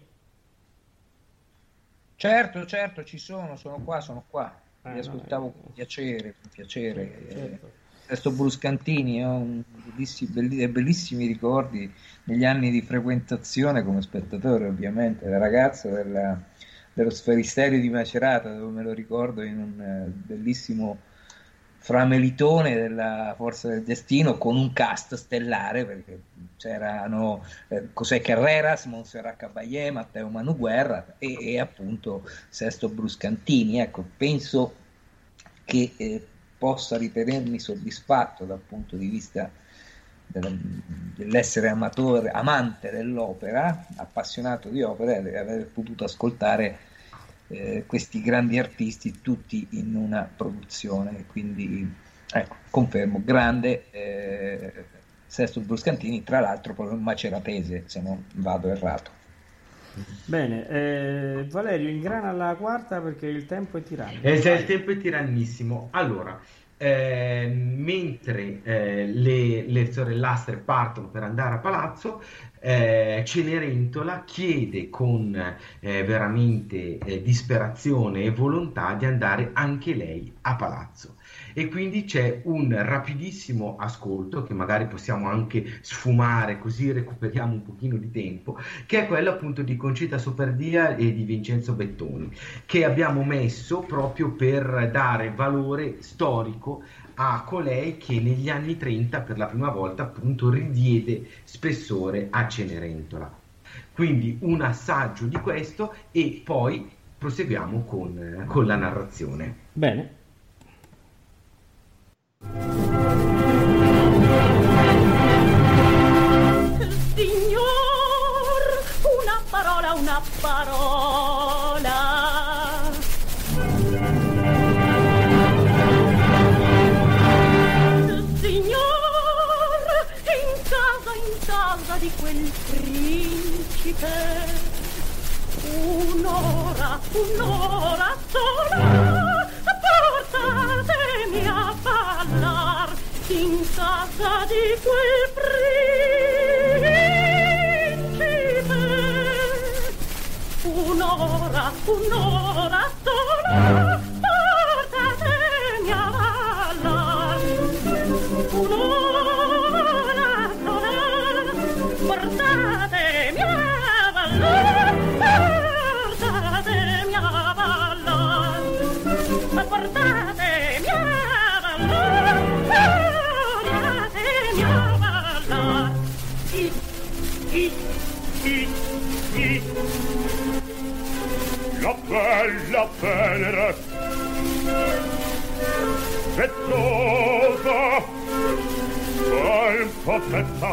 S7: Certo, ci sono qua. Mi ascoltavo con piacere.
S3: Certo.
S7: Sesto Bruscantini, ho bellissimi ricordi negli anni di frequentazione come spettatore, ovviamente, la ragazza dello Sferisterio di Macerata, dove me lo ricordo in un bellissimo framelitone della Forza del Destino con un cast stellare, perché c'erano José Carreras, Montserrat Caballé, Matteo Manuguerra e appunto Sesto Bruscantini. Ecco, penso che possa ritenermi soddisfatto dal punto di vista dell'essere amante dell'opera, appassionato di opera, e aver potuto ascoltare questi grandi artisti tutti in una produzione. Quindi ecco, confermo, grande Sesto Bruscantini, tra l'altro proprio maceratese, se non vado errato.
S3: Bene, Valerio, ingrana la quarta perché il tempo è tiranno.
S6: Il tempo è tirannissimo. Allora, mentre le sorellastre partono per andare a palazzo, Cenerentola chiede con veramente disperazione e volontà di andare anche lei a palazzo, e quindi c'è un rapidissimo ascolto che magari possiamo anche sfumare, così recuperiamo un pochino di tempo, che è quello appunto di Concita Soperdia e di Vincenzo Bettoni, che abbiamo messo proprio per dare valore storico a colei che negli anni 30 per la prima volta appunto ridiede spessore a Cenerentola. Quindi un assaggio di questo e poi proseguiamo con la narrazione.
S3: Bene.
S9: Signor, una parola, una parola. Di quel principe un'ora sola portatemi a ballar in casa di quel principe. Un'ora sola portatemi a ballar. Portatemi a ballar, portatemi a ballar, portatemi a ballar, portatemi a ballar.
S1: La bella Venere, fettosa, polpetta,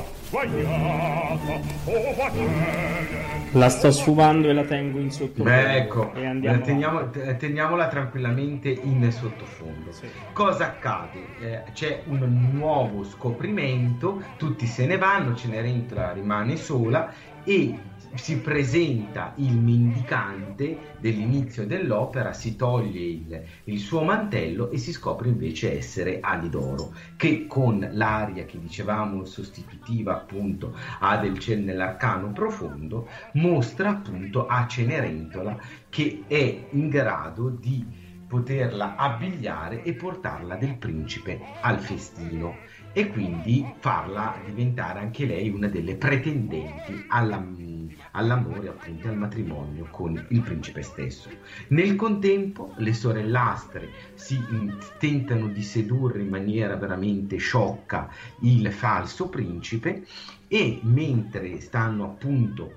S3: la sto sfumando e la tengo in sottofondo.
S6: Ecco,
S3: e andiamo
S6: teniamola tranquillamente in sottofondo. Sì. Cosa accade? C'è un nuovo scoprimento, tutti se ne vanno, Cenerentola rimane sola e si presenta il mendicante dell'inizio dell'opera, si toglie il suo mantello e si scopre invece essere Alidoro, che con l'aria che dicevamo sostitutiva appunto a Del ciel nell'arcano profondo mostra appunto a Cenerentola che è in grado di poterla abbigliare e portarla del principe al festino e quindi farla diventare anche lei una delle pretendenti all'amore, appunto al matrimonio con il principe stesso. Nel contempo le sorellastre tentano di sedurre in maniera veramente sciocca il falso principe, e mentre stanno appunto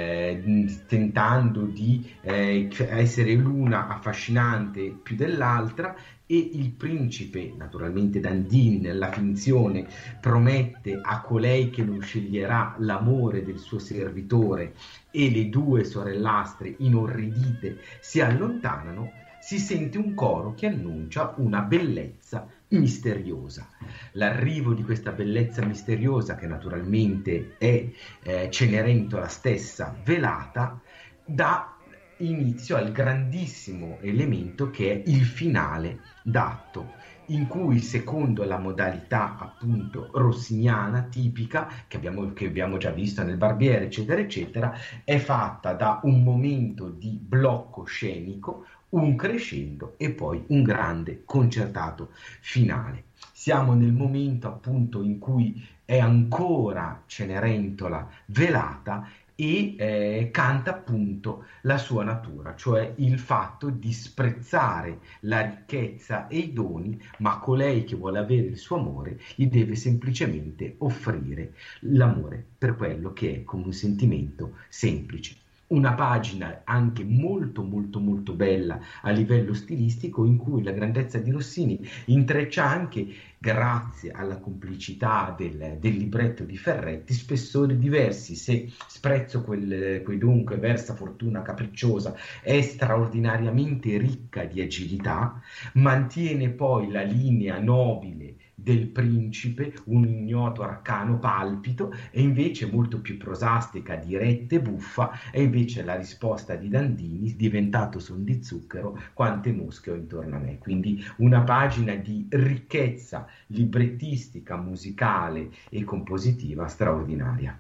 S6: tentando di essere l'una affascinante più dell'altra, e il principe, naturalmente Dandini nella finzione, promette a colei che non sceglierà l'amore del suo servitore, e le due sorellastre inorridite si allontanano, si sente un coro che annuncia una bellezza misteriosa. L'arrivo di questa bellezza misteriosa, che naturalmente è Cenerentola stessa velata, dà inizio al grandissimo elemento che è il finale d'atto, in cui, secondo la modalità appunto rossiniana tipica che abbiamo già visto nel Barbiere eccetera eccetera, è fatta da un momento di blocco scenico, un crescendo e poi un grande concertato finale. Siamo nel momento appunto in cui è ancora Cenerentola velata e canta appunto la sua natura, cioè il fatto di sprezzare la ricchezza e i doni, ma colei che vuole avere il suo amore gli deve semplicemente offrire l'amore per quello che è, come un sentimento semplice. Una pagina anche molto molto molto bella a livello stilistico, in cui la grandezza di Rossini intreccia anche, grazie alla complicità del libretto di Ferretti, spessori diversi. Se Sprezzo quei dunque versa fortuna capricciosa è straordinariamente ricca di agilità, mantiene poi la linea nobile del principe, un ignoto arcano palpito, e invece molto più prosastica, diretta e buffa è invece la risposta di Dandini, diventato son di zucchero quante mosche ho intorno a me. Quindi una pagina di ricchezza librettistica, musicale e compositiva straordinaria.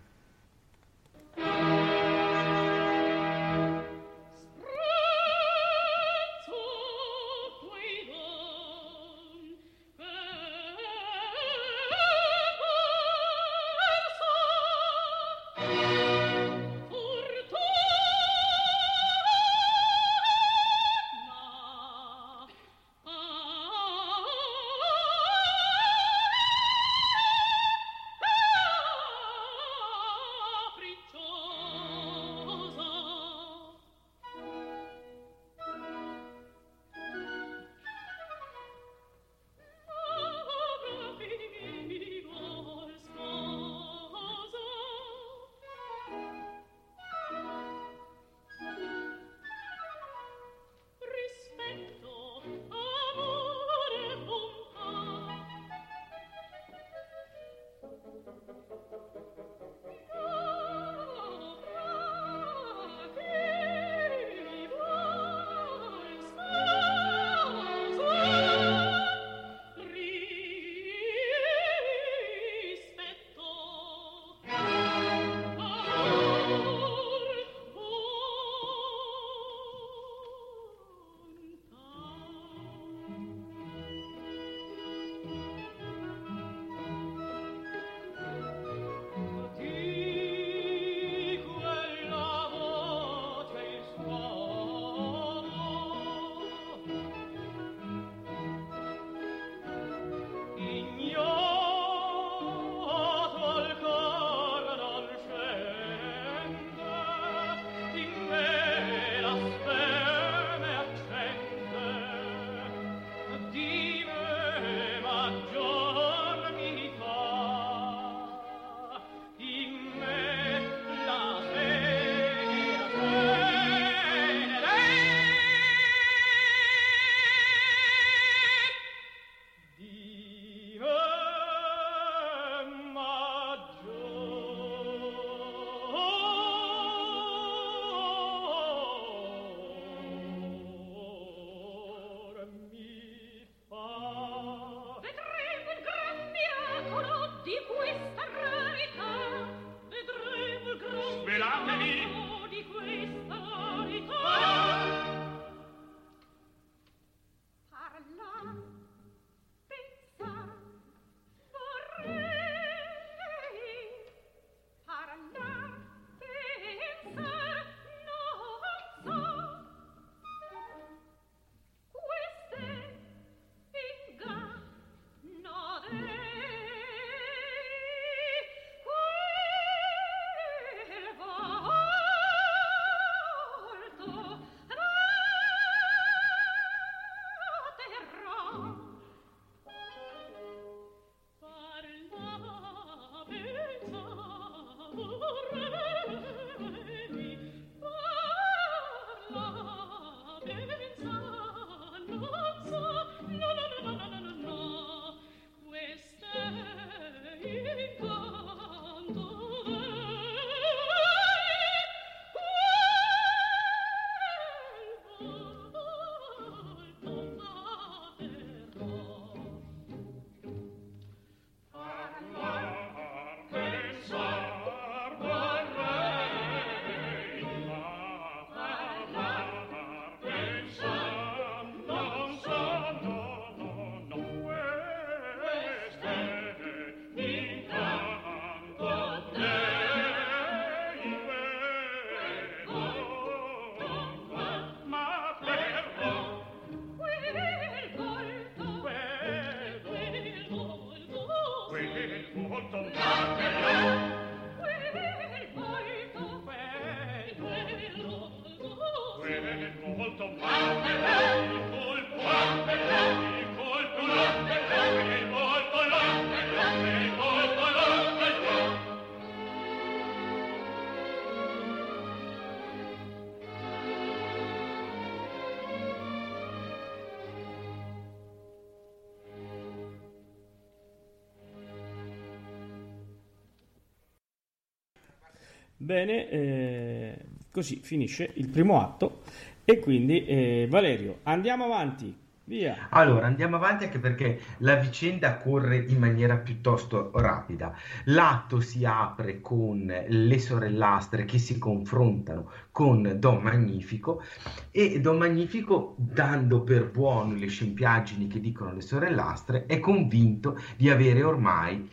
S3: Bene, così finisce il primo atto e quindi Valerio, andiamo avanti, via.
S6: Allora, andiamo avanti anche perché la vicenda corre in maniera piuttosto rapida. L'atto si apre con le sorellastre che si confrontano con Don Magnifico e Don Magnifico, dando per buono le scempiaggini che dicono le sorellastre, è convinto di avere ormai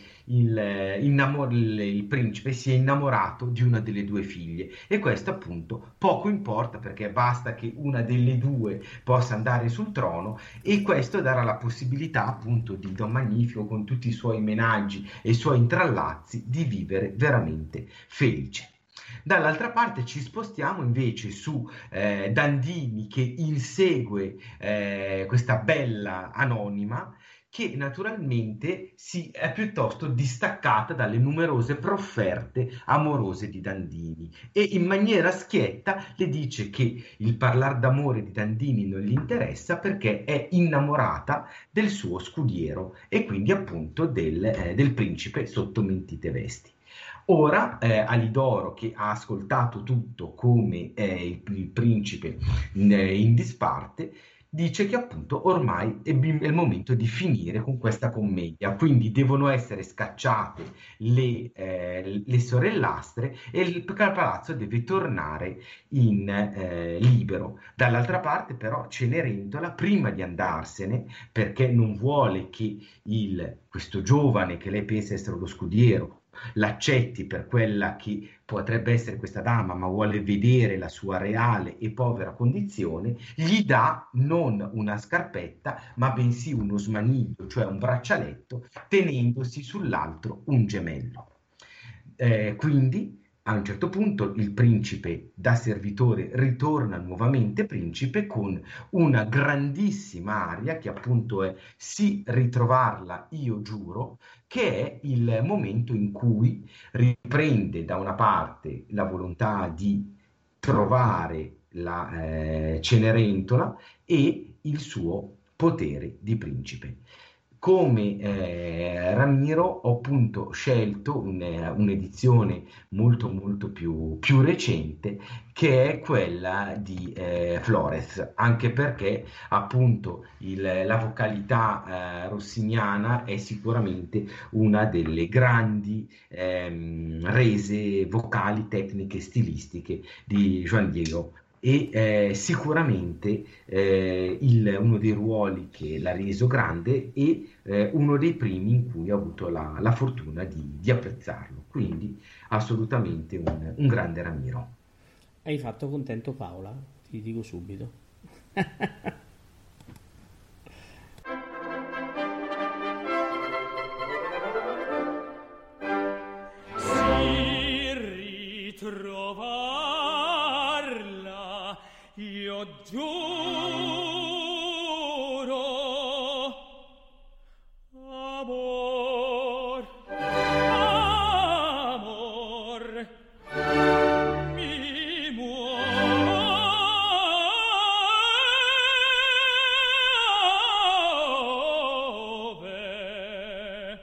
S6: il principe si è innamorato di una delle due figlie e questo appunto poco importa perché basta che una delle due possa andare sul trono e questo darà la possibilità appunto di Don Magnifico con tutti i suoi menaggi e i suoi intrallazzi di vivere veramente felice. Dall'altra parte ci spostiamo invece su Dandini che insegue questa bella anonima che naturalmente si è piuttosto distaccata dalle numerose profferte amorose di Dandini e in maniera schietta le dice che il parlar d'amore di Dandini non gli interessa perché è innamorata del suo scudiero e quindi appunto del principe sotto mentite vesti. Ora Alidoro, che ha ascoltato tutto come il principe in disparte, dice che appunto ormai è il momento di finire con questa commedia, quindi devono essere scacciate le sorellastre e il palazzo deve tornare in libero. Dall'altra parte però Cenerentola, prima di andarsene, perché non vuole che questo giovane che lei pensa essere lo scudiero l'accetti per quella che potrebbe essere questa dama, ma vuole vedere la sua reale e povera condizione, gli dà non una scarpetta, ma bensì uno smaniglio, cioè un braccialetto, tenendosi sull'altro un gemello. Quindi a un certo punto il principe da servitore ritorna nuovamente principe con una grandissima aria che appunto è "sì ritrovarla io giuro", che è il momento in cui riprende da una parte la volontà di trovare la Cenerentola e il suo potere di principe. Come Ramiro ho appunto scelto un'edizione molto molto più recente che è quella di Flores, anche perché appunto la vocalità rossiniana è sicuramente una delle grandi rese vocali, tecniche e stilistiche di Juan Diego e sicuramente uno dei ruoli che l'ha reso grande e uno dei primi in cui ho avuto la fortuna di apprezzarlo, quindi assolutamente un grande Ramiro.
S3: Hai fatto contento Paola, ti dico subito.
S8: Si ritrovarla io giuro, amor, amor, mi muove.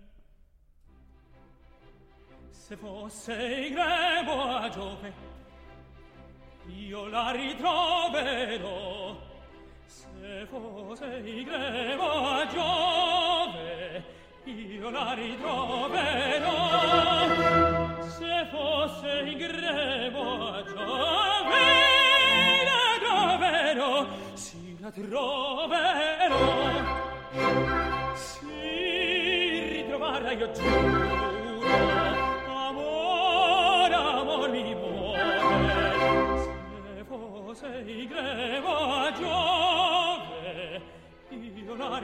S8: Se fosse in gremo a Giove, io la ritroverò. Se fosse in gremo a Giove, io la ritroverò. Se fosse in gremo a Giove, la troverò. Sì, la troverò. Sì, ritrovarla io giuro. Amor, amor mi muove. Se fosse in gremo a Giove, io la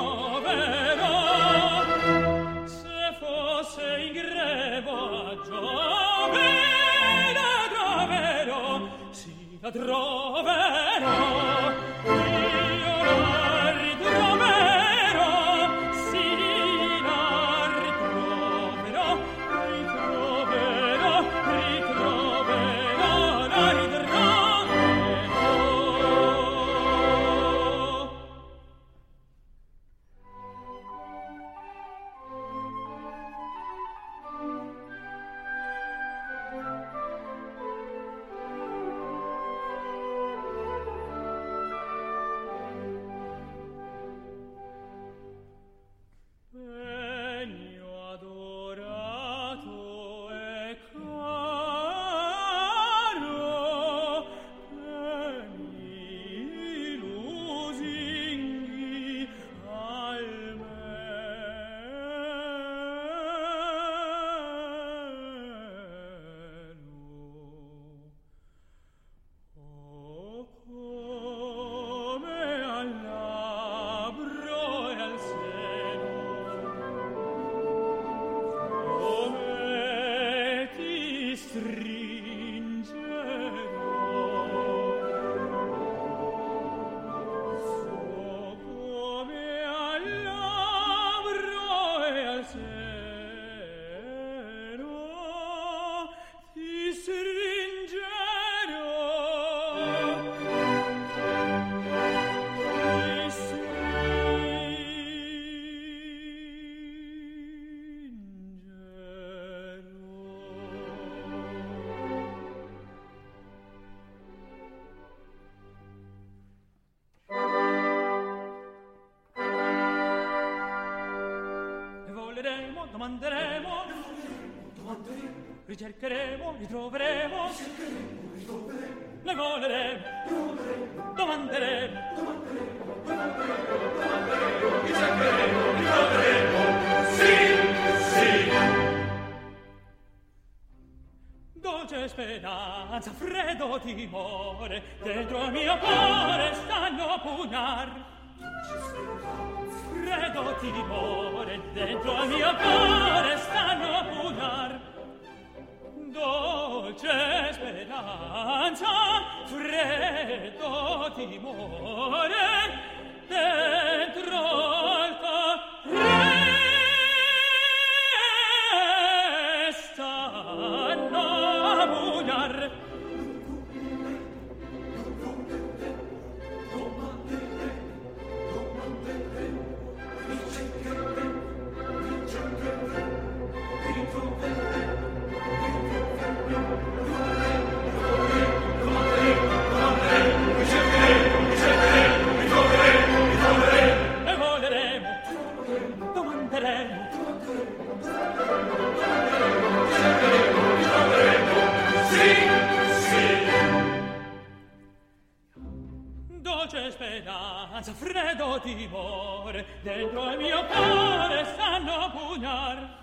S8: ritroverò. Se fosse in gremo a Giove, la troverò. Sì, la troverò, io la ritroverò, sì, la ritroverò, ritroverò, ritroverò, la ritroverò. Pegno adorato e caro, pegni lusinghi almeno. Oh, come al labbro e al seno, come ti stringerò, so come al labbro e al seno ti stringerò, ti E voleremo, domanderemo, ricercheremo, ritroveremo, ne voleremo, domanderemo, ricercheremo, ritroveremo, sì, sì. Dolce speranza, freddo timore, dentro al mio cuore stanno a pugnar. Freddo timore, dentro al mio cuore stanno a pugnar. Dolce speranza, freddo timore, dentro al cuore stanno a pugnar. E voleremo, domanderemo, sì, sì. Dolce speranza, freddo timore, dentro al mio cuore stanno a pugnar.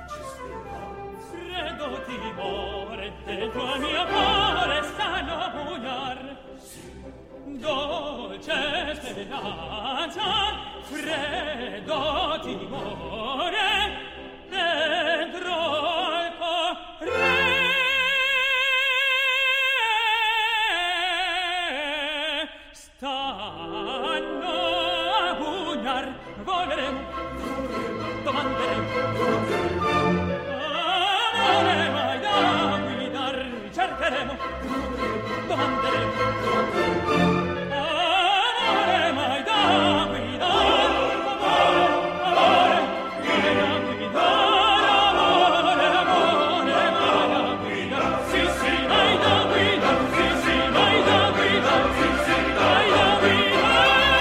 S8: Freddo timore, dentro al mio cuore stanno a pugnar. Dolce speranza, freddo timore, dentro al cuore stanno a pugnar. Voleremo, domanderemo, amore mai da guidar, ricercheremo, domanderemo, amore mai da guidar, amore mai da guidar, amore mai da guidar, sì sì mai da guidar, sì sì mai da guidar, sì sì mai da guidar.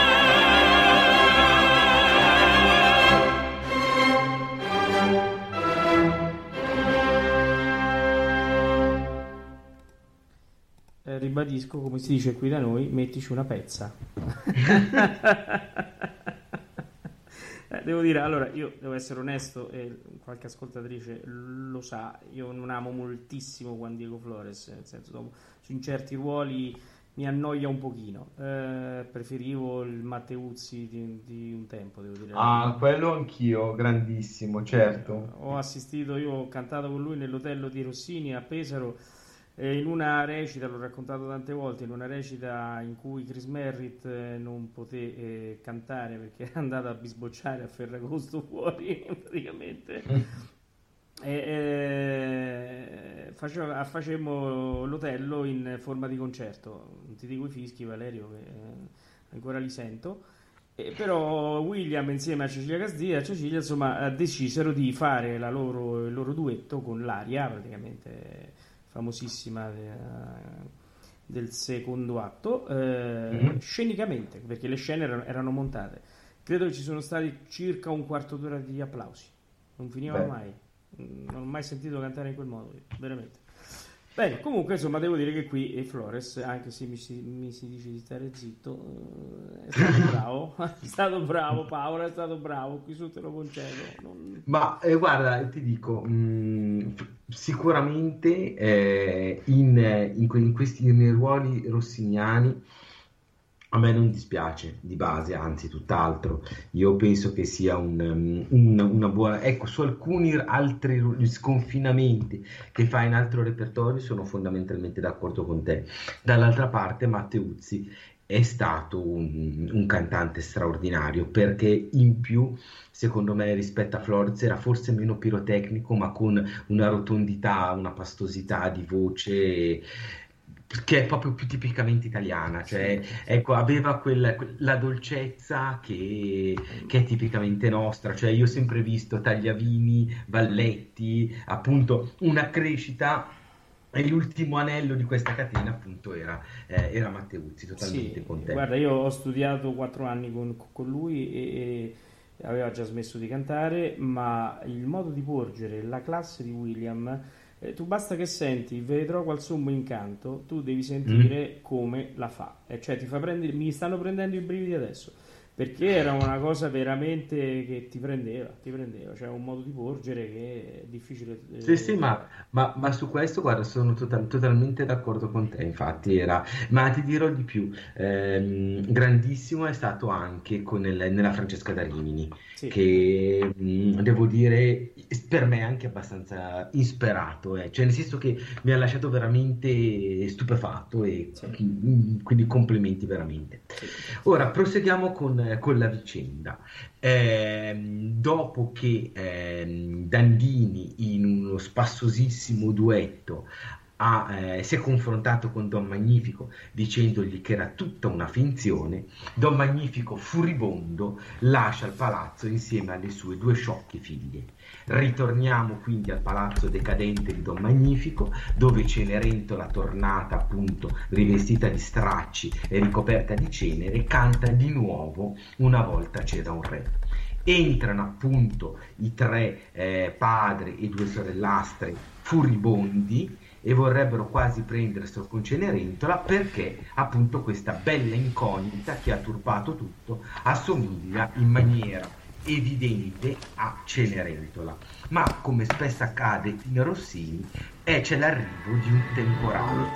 S3: Ribadisco, come si dice qui da noi, mettici una pezza. Devo dire, allora, io devo essere onesto, e qualche ascoltatrice lo sa, io non amo moltissimo Juan Diego Flores, nel senso, in certi ruoli mi annoia un pochino. Preferivo il Matteuzzi di un tempo, devo dire.
S6: Ah, quello anch'io, grandissimo, certo.
S3: Ho cantato con lui nell'hotel di Rossini a Pesaro. in una recita, l'ho raccontato tante volte, in una recita in cui Chris Merritt non poté cantare perché era andato a bisbocciare a Ferragosto fuori praticamente. Facemmo l'Otello in forma di concerto. Non ti dico i fischi, Valerio, che ancora li sento. Però William insieme a Cecilia Casdì, insomma, decisero di fare il loro duetto con l'aria praticamente famosissima del secondo atto, scenicamente, perché le scene erano montate. Credo che ci sono stati circa un quarto d'ora di applausi, non finiva mai, non ho mai sentito cantare in quel modo, veramente. Bene, comunque insomma devo dire che qui Flores, anche se mi si dice di stare zitto, è stato bravo, è stato bravo Paolo, è stato bravo, qui su te lo concedo.
S6: Ma guarda, ti dico, sicuramente in questi nei ruoli rossiniani a me non dispiace di base, anzi tutt'altro. Io penso che sia una buona... Ecco, su alcuni altri sconfinamenti che fa in altro repertorio sono fondamentalmente d'accordo con te. Dall'altra parte Matteuzzi è stato un cantante straordinario, perché in più, secondo me, rispetto a Flores era forse meno pirotecnico, ma con una rotondità, una pastosità di voce che è proprio più tipicamente italiana, cioè ecco, aveva la dolcezza che è tipicamente nostra, cioè io ho sempre visto Tagliavini, Valletti, appunto una crescita, e l'ultimo anello di questa catena appunto era Matteuzzi, totalmente contento.
S3: Guarda, io ho studiato 4 anni con lui e aveva già smesso di cantare, ma il modo di porgere la classe di William, tu basta che senti Vedrò qual sommo incanto, tu devi sentire come la fa, cioè ti fa prendere, mi stanno prendendo i brividi adesso, perché era una cosa veramente che ti prendeva, cioè un modo di porgere che è difficile.
S6: Sì, ma su questo, guarda, sono totalmente d'accordo con te, infatti ma ti dirò di più, grandissimo è stato anche nella Francesca da Rimini, che devo dire per me anche abbastanza insperato, cioè nel senso che mi ha lasciato veramente stupefatto e quindi complimenti veramente. Ora proseguiamo con la vicenda. Dopo che Dandini in uno spassosissimo duetto si è confrontato con Don Magnifico dicendogli che era tutta una finzione, Don Magnifico furibondo lascia il palazzo insieme alle sue 2 sciocche figlie. Ritorniamo quindi al palazzo decadente di Don Magnifico, dove Cenerentola, tornata appunto rivestita di stracci e ricoperta di cenere, canta di nuovo Una volta c'era un re. Entrano appunto i 3 padri e 2 sorellastre furibondi e vorrebbero quasi prenderselo con Cenerentola, perché appunto questa bella incognita che ha turbato tutto assomiglia in maniera evidente a Cenerentola. Ma come spesso accade in Rossini, c'è l'arrivo di un temporale.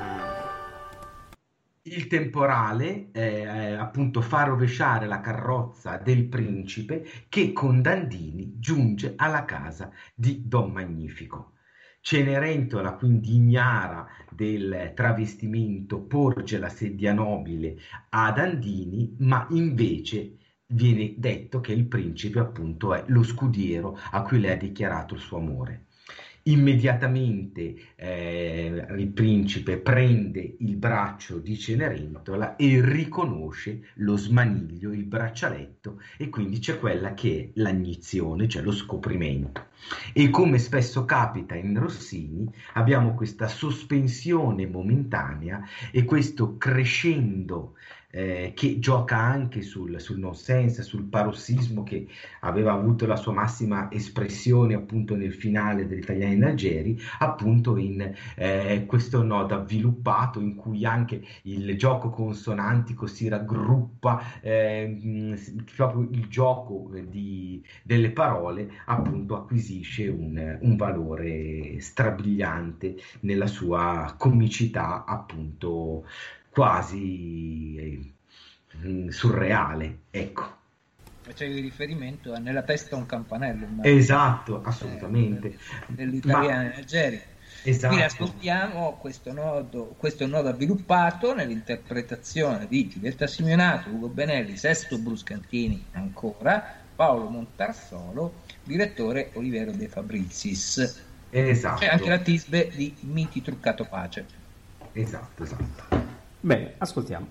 S6: Il temporale appunto fa rovesciare la carrozza del principe, che con Dandini giunge alla casa di Don Magnifico. Cenerentola, quindi ignara del travestimento, porge la sedia nobile a Dandini, ma invece viene detto che il principe appunto è lo scudiero a cui lei ha dichiarato il suo amore. Immediatamente il principe prende il braccio di Cenerentola e riconosce lo smaniglio, il braccialetto, e quindi c'è quella che è l'agnizione, cioè lo scoprimento. E come spesso capita in Rossini, abbiamo questa sospensione momentanea e questo crescendo che gioca anche sul nonsense, sul parossismo, che aveva avuto la sua massima espressione appunto nel finale degli Italiani in Algeri, appunto in questo nodo avviluppato in cui anche il gioco consonantico si raggruppa, proprio il gioco delle parole appunto acquisisce un valore strabiliante nella sua comicità appunto quasi surreale, ecco.
S7: Facevi riferimento a Nella testa un campanello,
S6: esatto, assolutamente,
S7: dell'italiana in Algeria.
S6: Esatto.
S7: Quindi ascoltiamo questo nodo avviluppato nell'interpretazione di Giulietta Simeonato, Ugo Benelli, Sesto Bruscantini ancora, Paolo Montarsolo, direttore Oliviero De Fabrizis.
S6: Esatto.
S7: C'è anche la tisbe di Miti Truccato Pace.
S6: Esatto.
S3: Bene, ascoltiamo.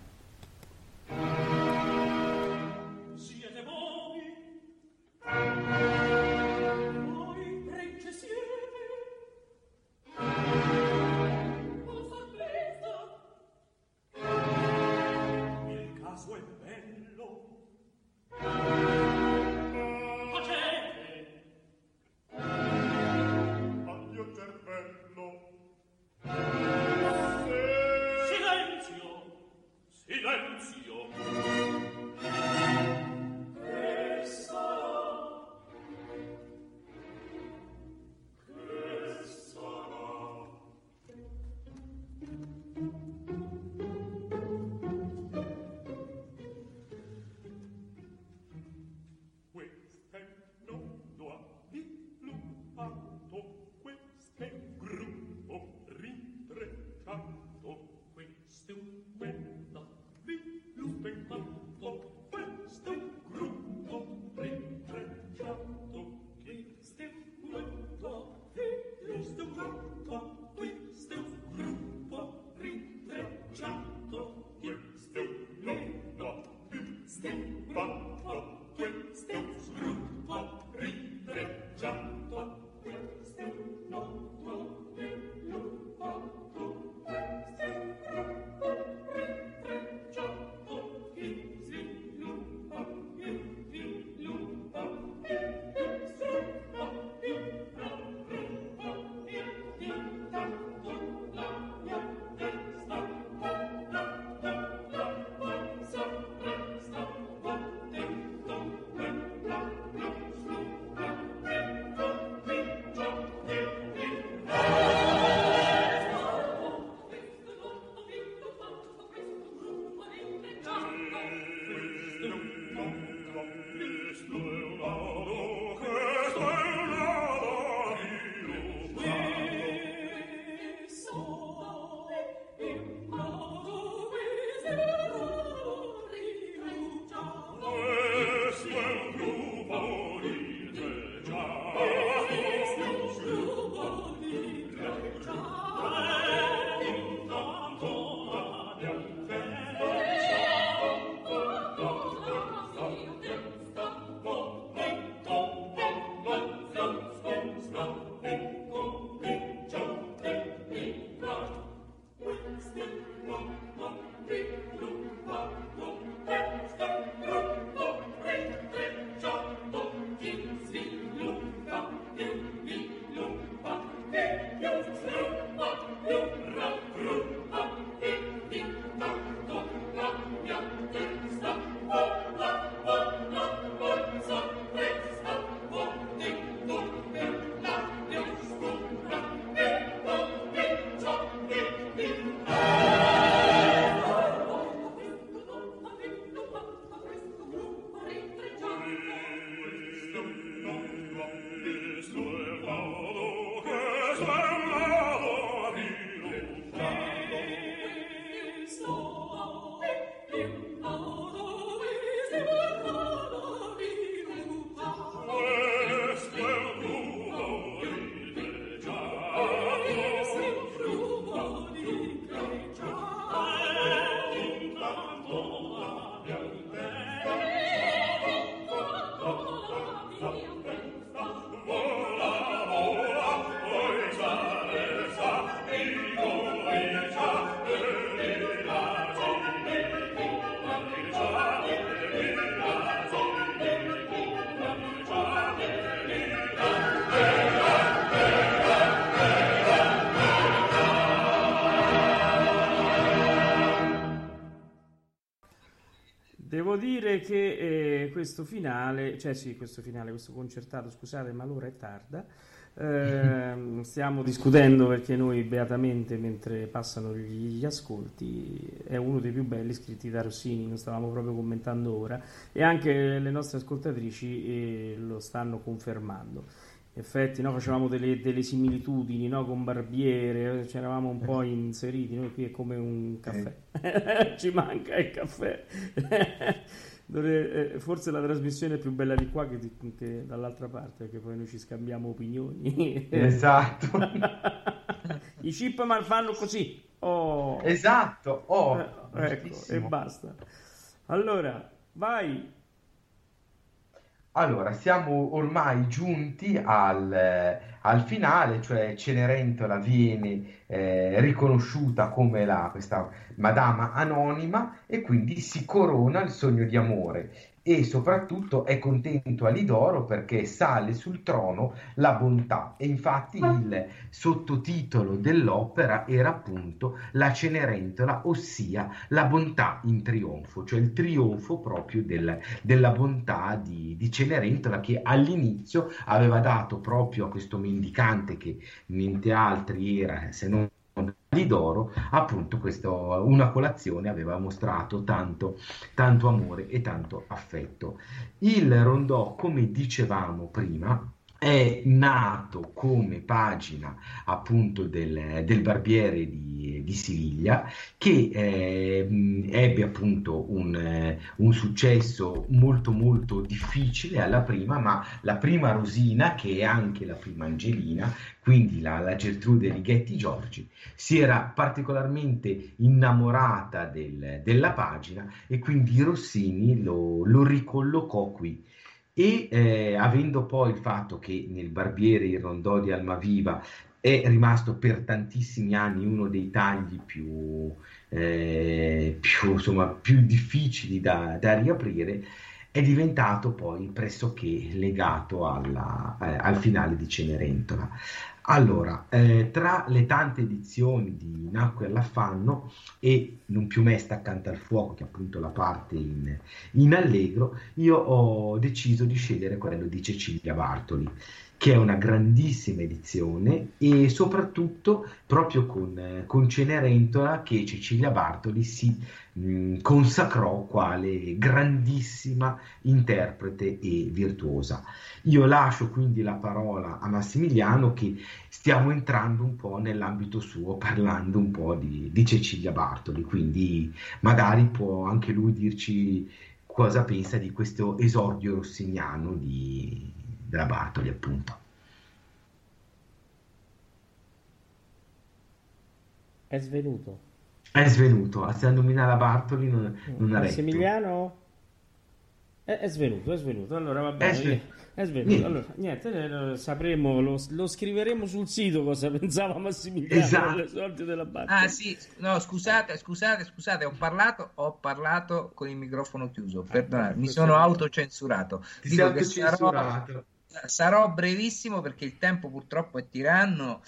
S9: Siete voi regge siete, o sorpresa, il caso è bello, facete
S1: Addio cervello. Silenzio.
S9: che sarà,
S1: Questo è nodo avviluppato, questo è gruppo rintrecciato, questo è quella avviluppato, questo è un gruppo rintrecciato, questo è un gruppo, questo è un gruppo, questo è un gruppo rintrecciato, questo è un nodo avviluppato, questo è un gruppo rintrecciato, questo è un nodo avviluppato, questo è un gruppo rintrecciato, che sviluppa, che sviluppa, che sviluppa, che raggruppa, che intanto la mia testa, la sorpresa, dentro quella misura, che comincia che
S3: Devo dire che questo concertato, scusate, ma l'ora è tarda. Stiamo discutendo perché noi beatamente, mentre passano gli ascolti, è uno dei più belli scritti da Rossini, lo stavamo proprio commentando ora, e anche le nostre ascoltatrici lo stanno confermando. effetti, no? Facevamo delle similitudini, no? Con Barbiere, ci eravamo un po' inseriti, noi qui è come un caffè, ci manca il caffè. Forse la trasmissione è più bella di qua che dall'altra parte, perché poi noi ci scambiamo opinioni.
S6: Esatto.
S3: I Chipman fanno così. Oh.
S6: Esatto.
S3: Ecco, e basta. Allora, vai.
S6: Allora, siamo ormai giunti al finale, cioè Cenerentola viene riconosciuta come questa Madama Anonima e quindi si corona il sogno di amore e soprattutto è contento Alidoro perché sale sul trono la bontà e infatti il sottotitolo dell'opera era appunto La Cenerentola, ossia la bontà in trionfo, cioè il trionfo proprio della bontà di Cenerentola che all'inizio aveva dato proprio a questo mendicante che niente altri era se non Alidoro, appunto una colazione aveva mostrato tanto amore e tanto affetto. Il rondò, come dicevamo prima, è nato come pagina appunto del Barbiere di Siviglia che ebbe appunto un successo molto molto difficile alla prima, ma la prima Rosina, che è anche la prima Angelina, quindi la Gertrude Righetti Giorgi, si era particolarmente innamorata della pagina e quindi Rossini lo ricollocò qui. E avendo poi il fatto che nel Barbiere il rondò di Almaviva è rimasto per tantissimi anni uno dei tagli più difficili da riaprire, è diventato poi pressoché legato al finale di Cenerentola. Allora, tra le tante edizioni di Nacque all'affanno e Non più mesta accanto al fuoco, che è appunto la parte in allegro, io ho deciso di scegliere quello di Cecilia Bartoli, che è una grandissima edizione e soprattutto proprio con Cenerentola che Cecilia Bartoli si consacrò quale grandissima interprete e virtuosa. Io lascio quindi la parola a Massimiliano, che stiamo entrando un po' nell'ambito suo parlando un po' di Cecilia Bartoli, quindi magari può anche lui dirci cosa pensa di questo esordio rossiniano della Bartoli, appunto.
S3: È svenuto.
S6: Se a nominare la Bartoli non ha retto.
S3: Massimiliano? È svenuto. Allora va bene. È svenuto. Allora, niente, sapremo, lo scriveremo sul sito cosa pensava Massimiliano delle sorti della Bartoli.
S7: Ah sì, no, scusate, ho parlato con il microfono chiuso, perdonate, mi sono autocensurato. Dico che sarò brevissimo perché il tempo purtroppo è tiranno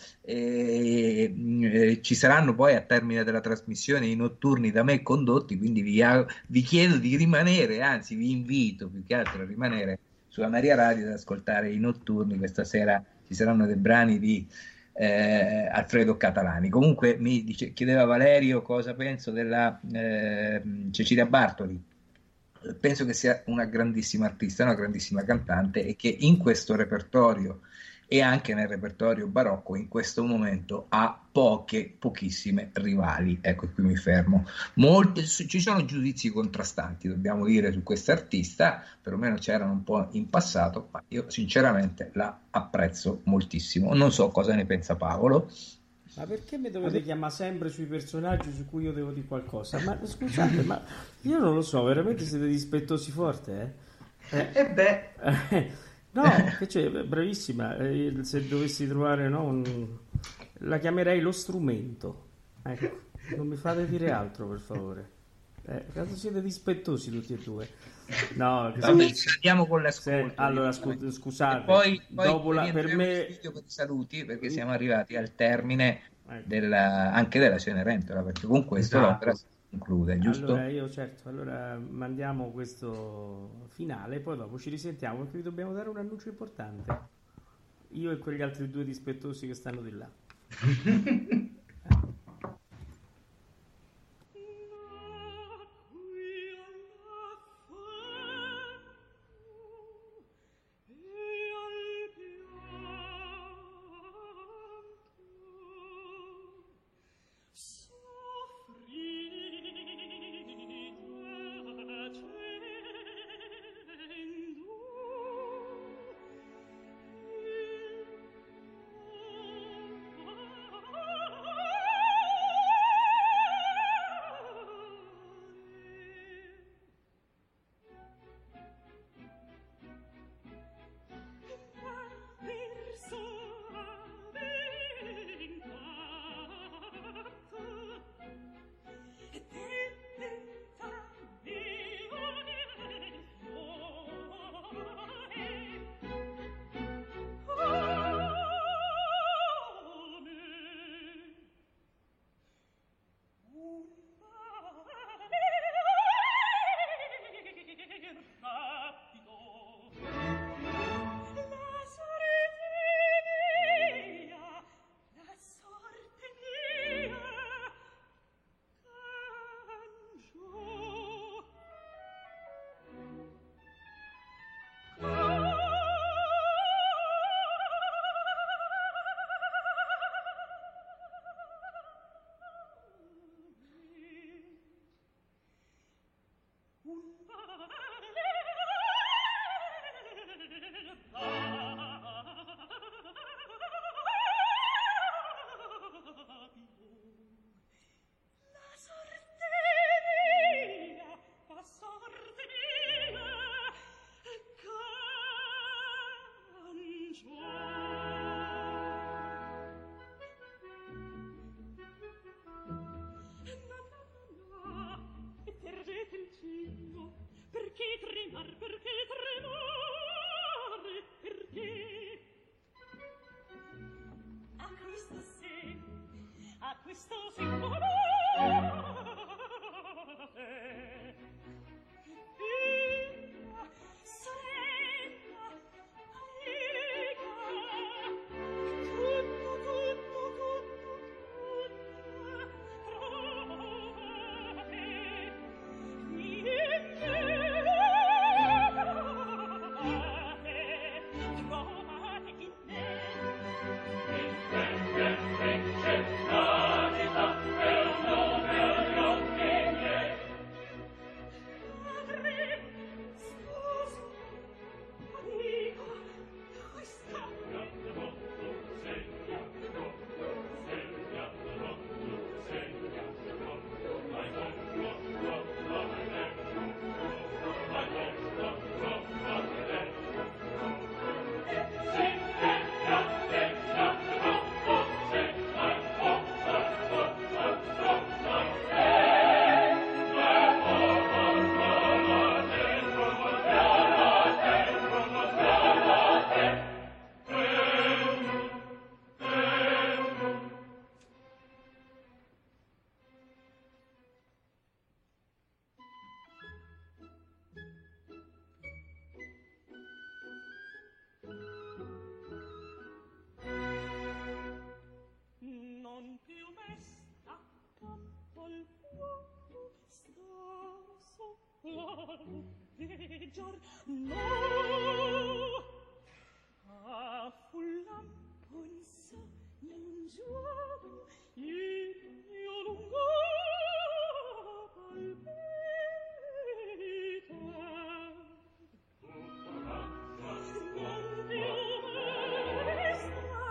S7: e ci saranno poi a termine della trasmissione i notturni da me condotti, quindi vi chiedo di rimanere, anzi vi invito più che altro a rimanere sulla Maria Radio ad ascoltare i notturni. Questa sera ci saranno dei brani di Alfredo Catalani. Comunque chiedeva Valerio cosa penso della Cecilia Bartoli. Penso che sia una grandissima artista, una grandissima cantante e che in questo repertorio e anche nel repertorio barocco in questo momento ha pochissime rivali. Ecco, qui mi fermo. Ci sono giudizi contrastanti, dobbiamo dire, su questa artista, perlomeno c'erano un po' in passato, ma io sinceramente la apprezzo moltissimo. Non so cosa ne pensa Paolo.
S3: Ma perché mi dovete chiamare sempre sui personaggi su cui io devo dire qualcosa? Ma scusate, ma io non lo so, veramente siete dispettosi forte, no, che c'è, bravissima. Se dovessi trovare, no, la chiamerei lo strumento. Ecco, non mi fate dire altro, per favore. Caso siete dispettosi tutti e due. No,
S7: andiamo con l'ascolto.
S3: Allora, scusate.
S7: Poi
S3: dopo per me
S7: per i saluti, perché siamo arrivati al termine anche della Cenerentola, perché con questo l'opera si conclude, giusto?
S3: Allora mandiamo questo finale, poi dopo ci risentiamo perché vi dobbiamo dare un annuncio importante. Io e quegli altri due dispettosi che stanno di là.
S9: peggior no. A fullam pensa un giorno il mio lungo palpito. Non più resta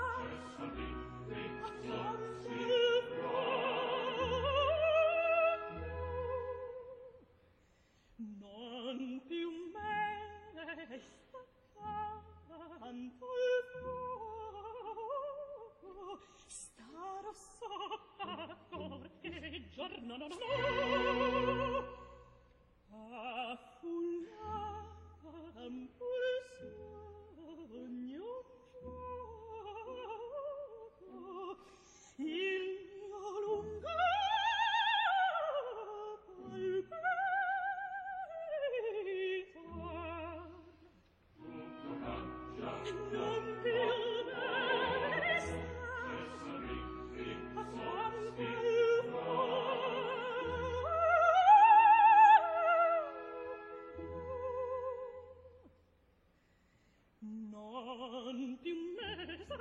S9: non più me sta canto il fuoco, starò sopra qualche giorno, no, a fullam il sogno gioco, il mio lungo non più resta a quanto il non più me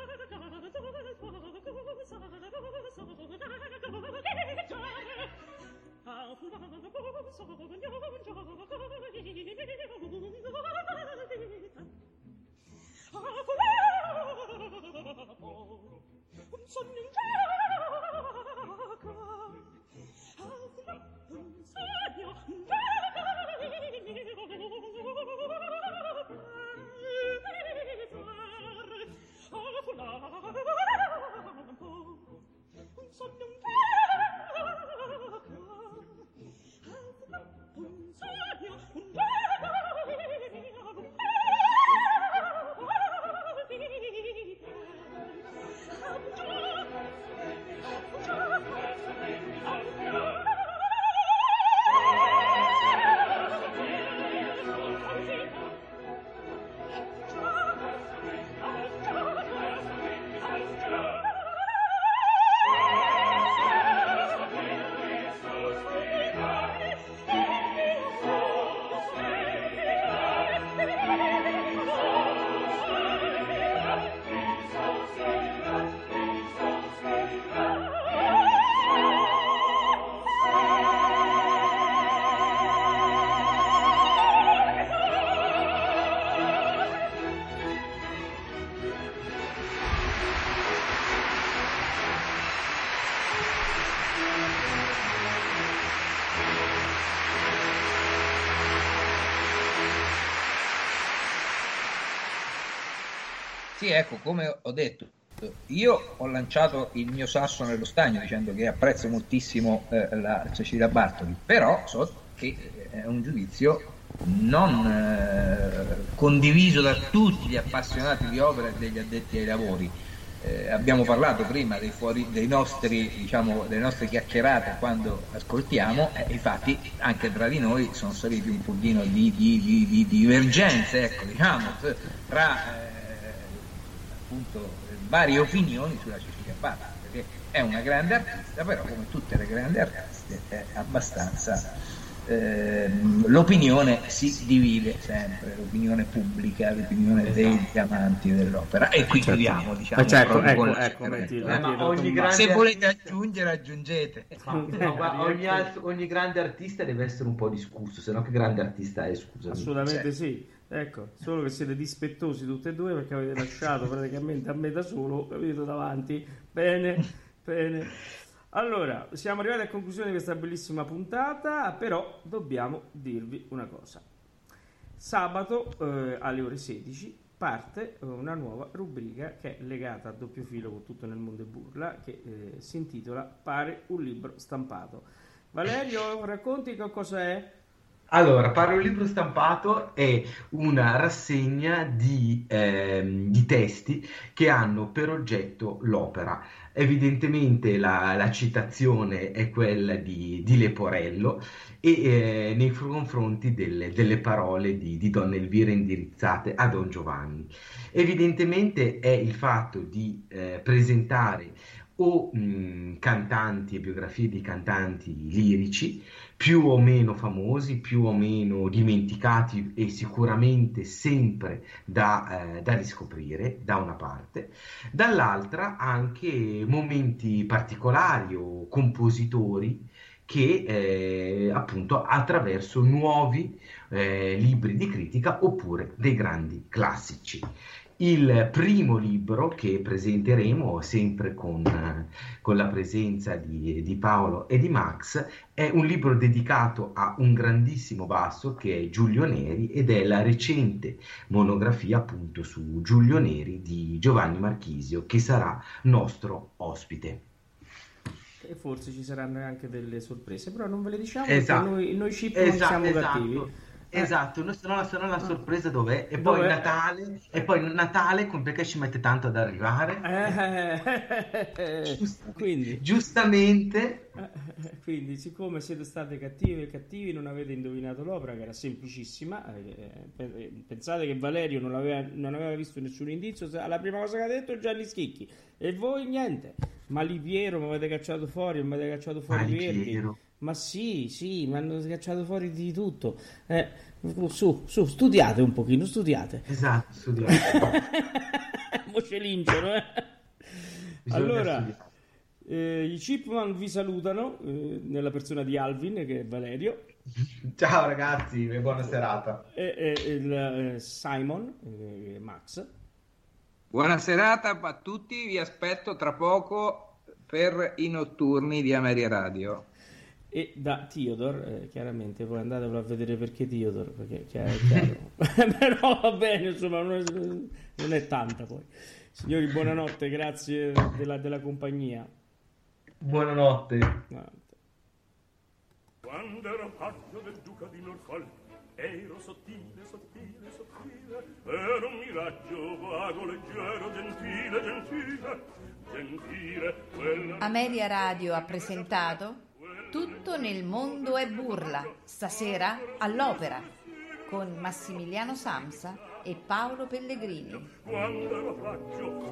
S9: un sogno in gioco, un sogno in
S7: Sì, ecco, come ho detto, io ho lanciato il mio sasso nello stagno dicendo che apprezzo moltissimo la Cecilia Bartoli, però so che è un giudizio non condiviso da tutti gli appassionati di opera e degli addetti ai lavori. Abbiamo parlato prima dei nostri, diciamo, delle nostre chiacchierate quando ascoltiamo, infatti anche tra di noi sono saliti un pochino di divergenze, ecco, diciamo, tra appunto varie opinioni sulla Cecilia Bartoli, perché è una grande artista, però come tutte le grandi artiste è abbastanza l'opinione si divide sempre, l'opinione pubblica, l'opinione degli amanti dell'opera, e qui chiudiamo, diciamo, se volete aggiungere aggiungete.
S6: Ogni grande artista deve essere un po' discusso, se no che grande artista è, scusami.
S3: Assolutamente sì, ecco, solo che siete dispettosi tutte e due perché avete lasciato praticamente a me da solo, capito, davanti. Bene. Allora, siamo arrivati a conclusione di questa bellissima puntata, però dobbiamo dirvi una cosa. Sabato alle ore 16 parte una nuova rubrica che è legata a doppio filo con Tutto nel mondo e burla, che si intitola Pare un libro stampato. Valerio, racconti che cosa è?
S6: Allora, Pare un libro stampato è una rassegna di testi che hanno per oggetto l'opera. Evidentemente la citazione è quella di Leporello e nei confronti delle parole di Donna Elvira indirizzate a Don Giovanni. Evidentemente è il fatto di presentare o cantanti e biografie di cantanti lirici, più o meno famosi, più o meno dimenticati e sicuramente sempre da riscoprire da una parte, dall'altra anche momenti particolari o compositori che appunto attraverso nuovi libri di critica oppure dei grandi classici. Il primo libro che presenteremo, sempre con la presenza di Paolo e di Max, è un libro dedicato a un grandissimo basso che è Giulio Neri, ed è la recente monografia appunto su Giulio Neri di Giovanni Marchisio, che sarà nostro ospite.
S3: E forse ci saranno anche delle sorprese, però non ve le diciamo,
S6: esatto,
S3: perché noi chip non siamo cattivi.
S6: Esatto, se no la sorpresa dov'è? E poi Natale perché ci mette tanto ad arrivare?
S3: Quindi,
S6: giustamente.
S3: Quindi, siccome siete state cattivi e cattivi, non avete indovinato l'opera, che era semplicissima. Pensate che Valerio non aveva visto nessun indizio. La prima cosa che ha detto è Gianni Schicchi, e voi niente. Malipiero, mi avete cacciato fuori, mi avete cacciato fuori Verdi. Ma sì, mi hanno cacciato fuori di tutto. Su, studiate un pochino, studiate.
S6: Esatto, studiate.
S3: Mo ce linciano, Allora, i Chipman vi salutano, nella persona di Alvin, che è Valerio.
S6: Ciao ragazzi, e buona serata.
S3: E Simon, Max.
S7: Buona serata a tutti, vi aspetto tra poco per i notturni di Ameria Radio.
S3: E da Theodore, chiaramente poi andatevelo a vedere perché Theodore, perché è chiaro. Però va bene, insomma, non è tanta poi. Signori, buonanotte, grazie della compagnia.
S6: Buonanotte.
S1: Quando ero paggio del duca di Norfolk, ero sottile, ero un miraggio vago, leggero, gentile, quella...
S2: Ameria Radio ha presentato Tutto nel mondo è burla, stasera all'Opera, con Massimiliano Samsa e Paolo Pellegrini.
S1: Quando ero paggio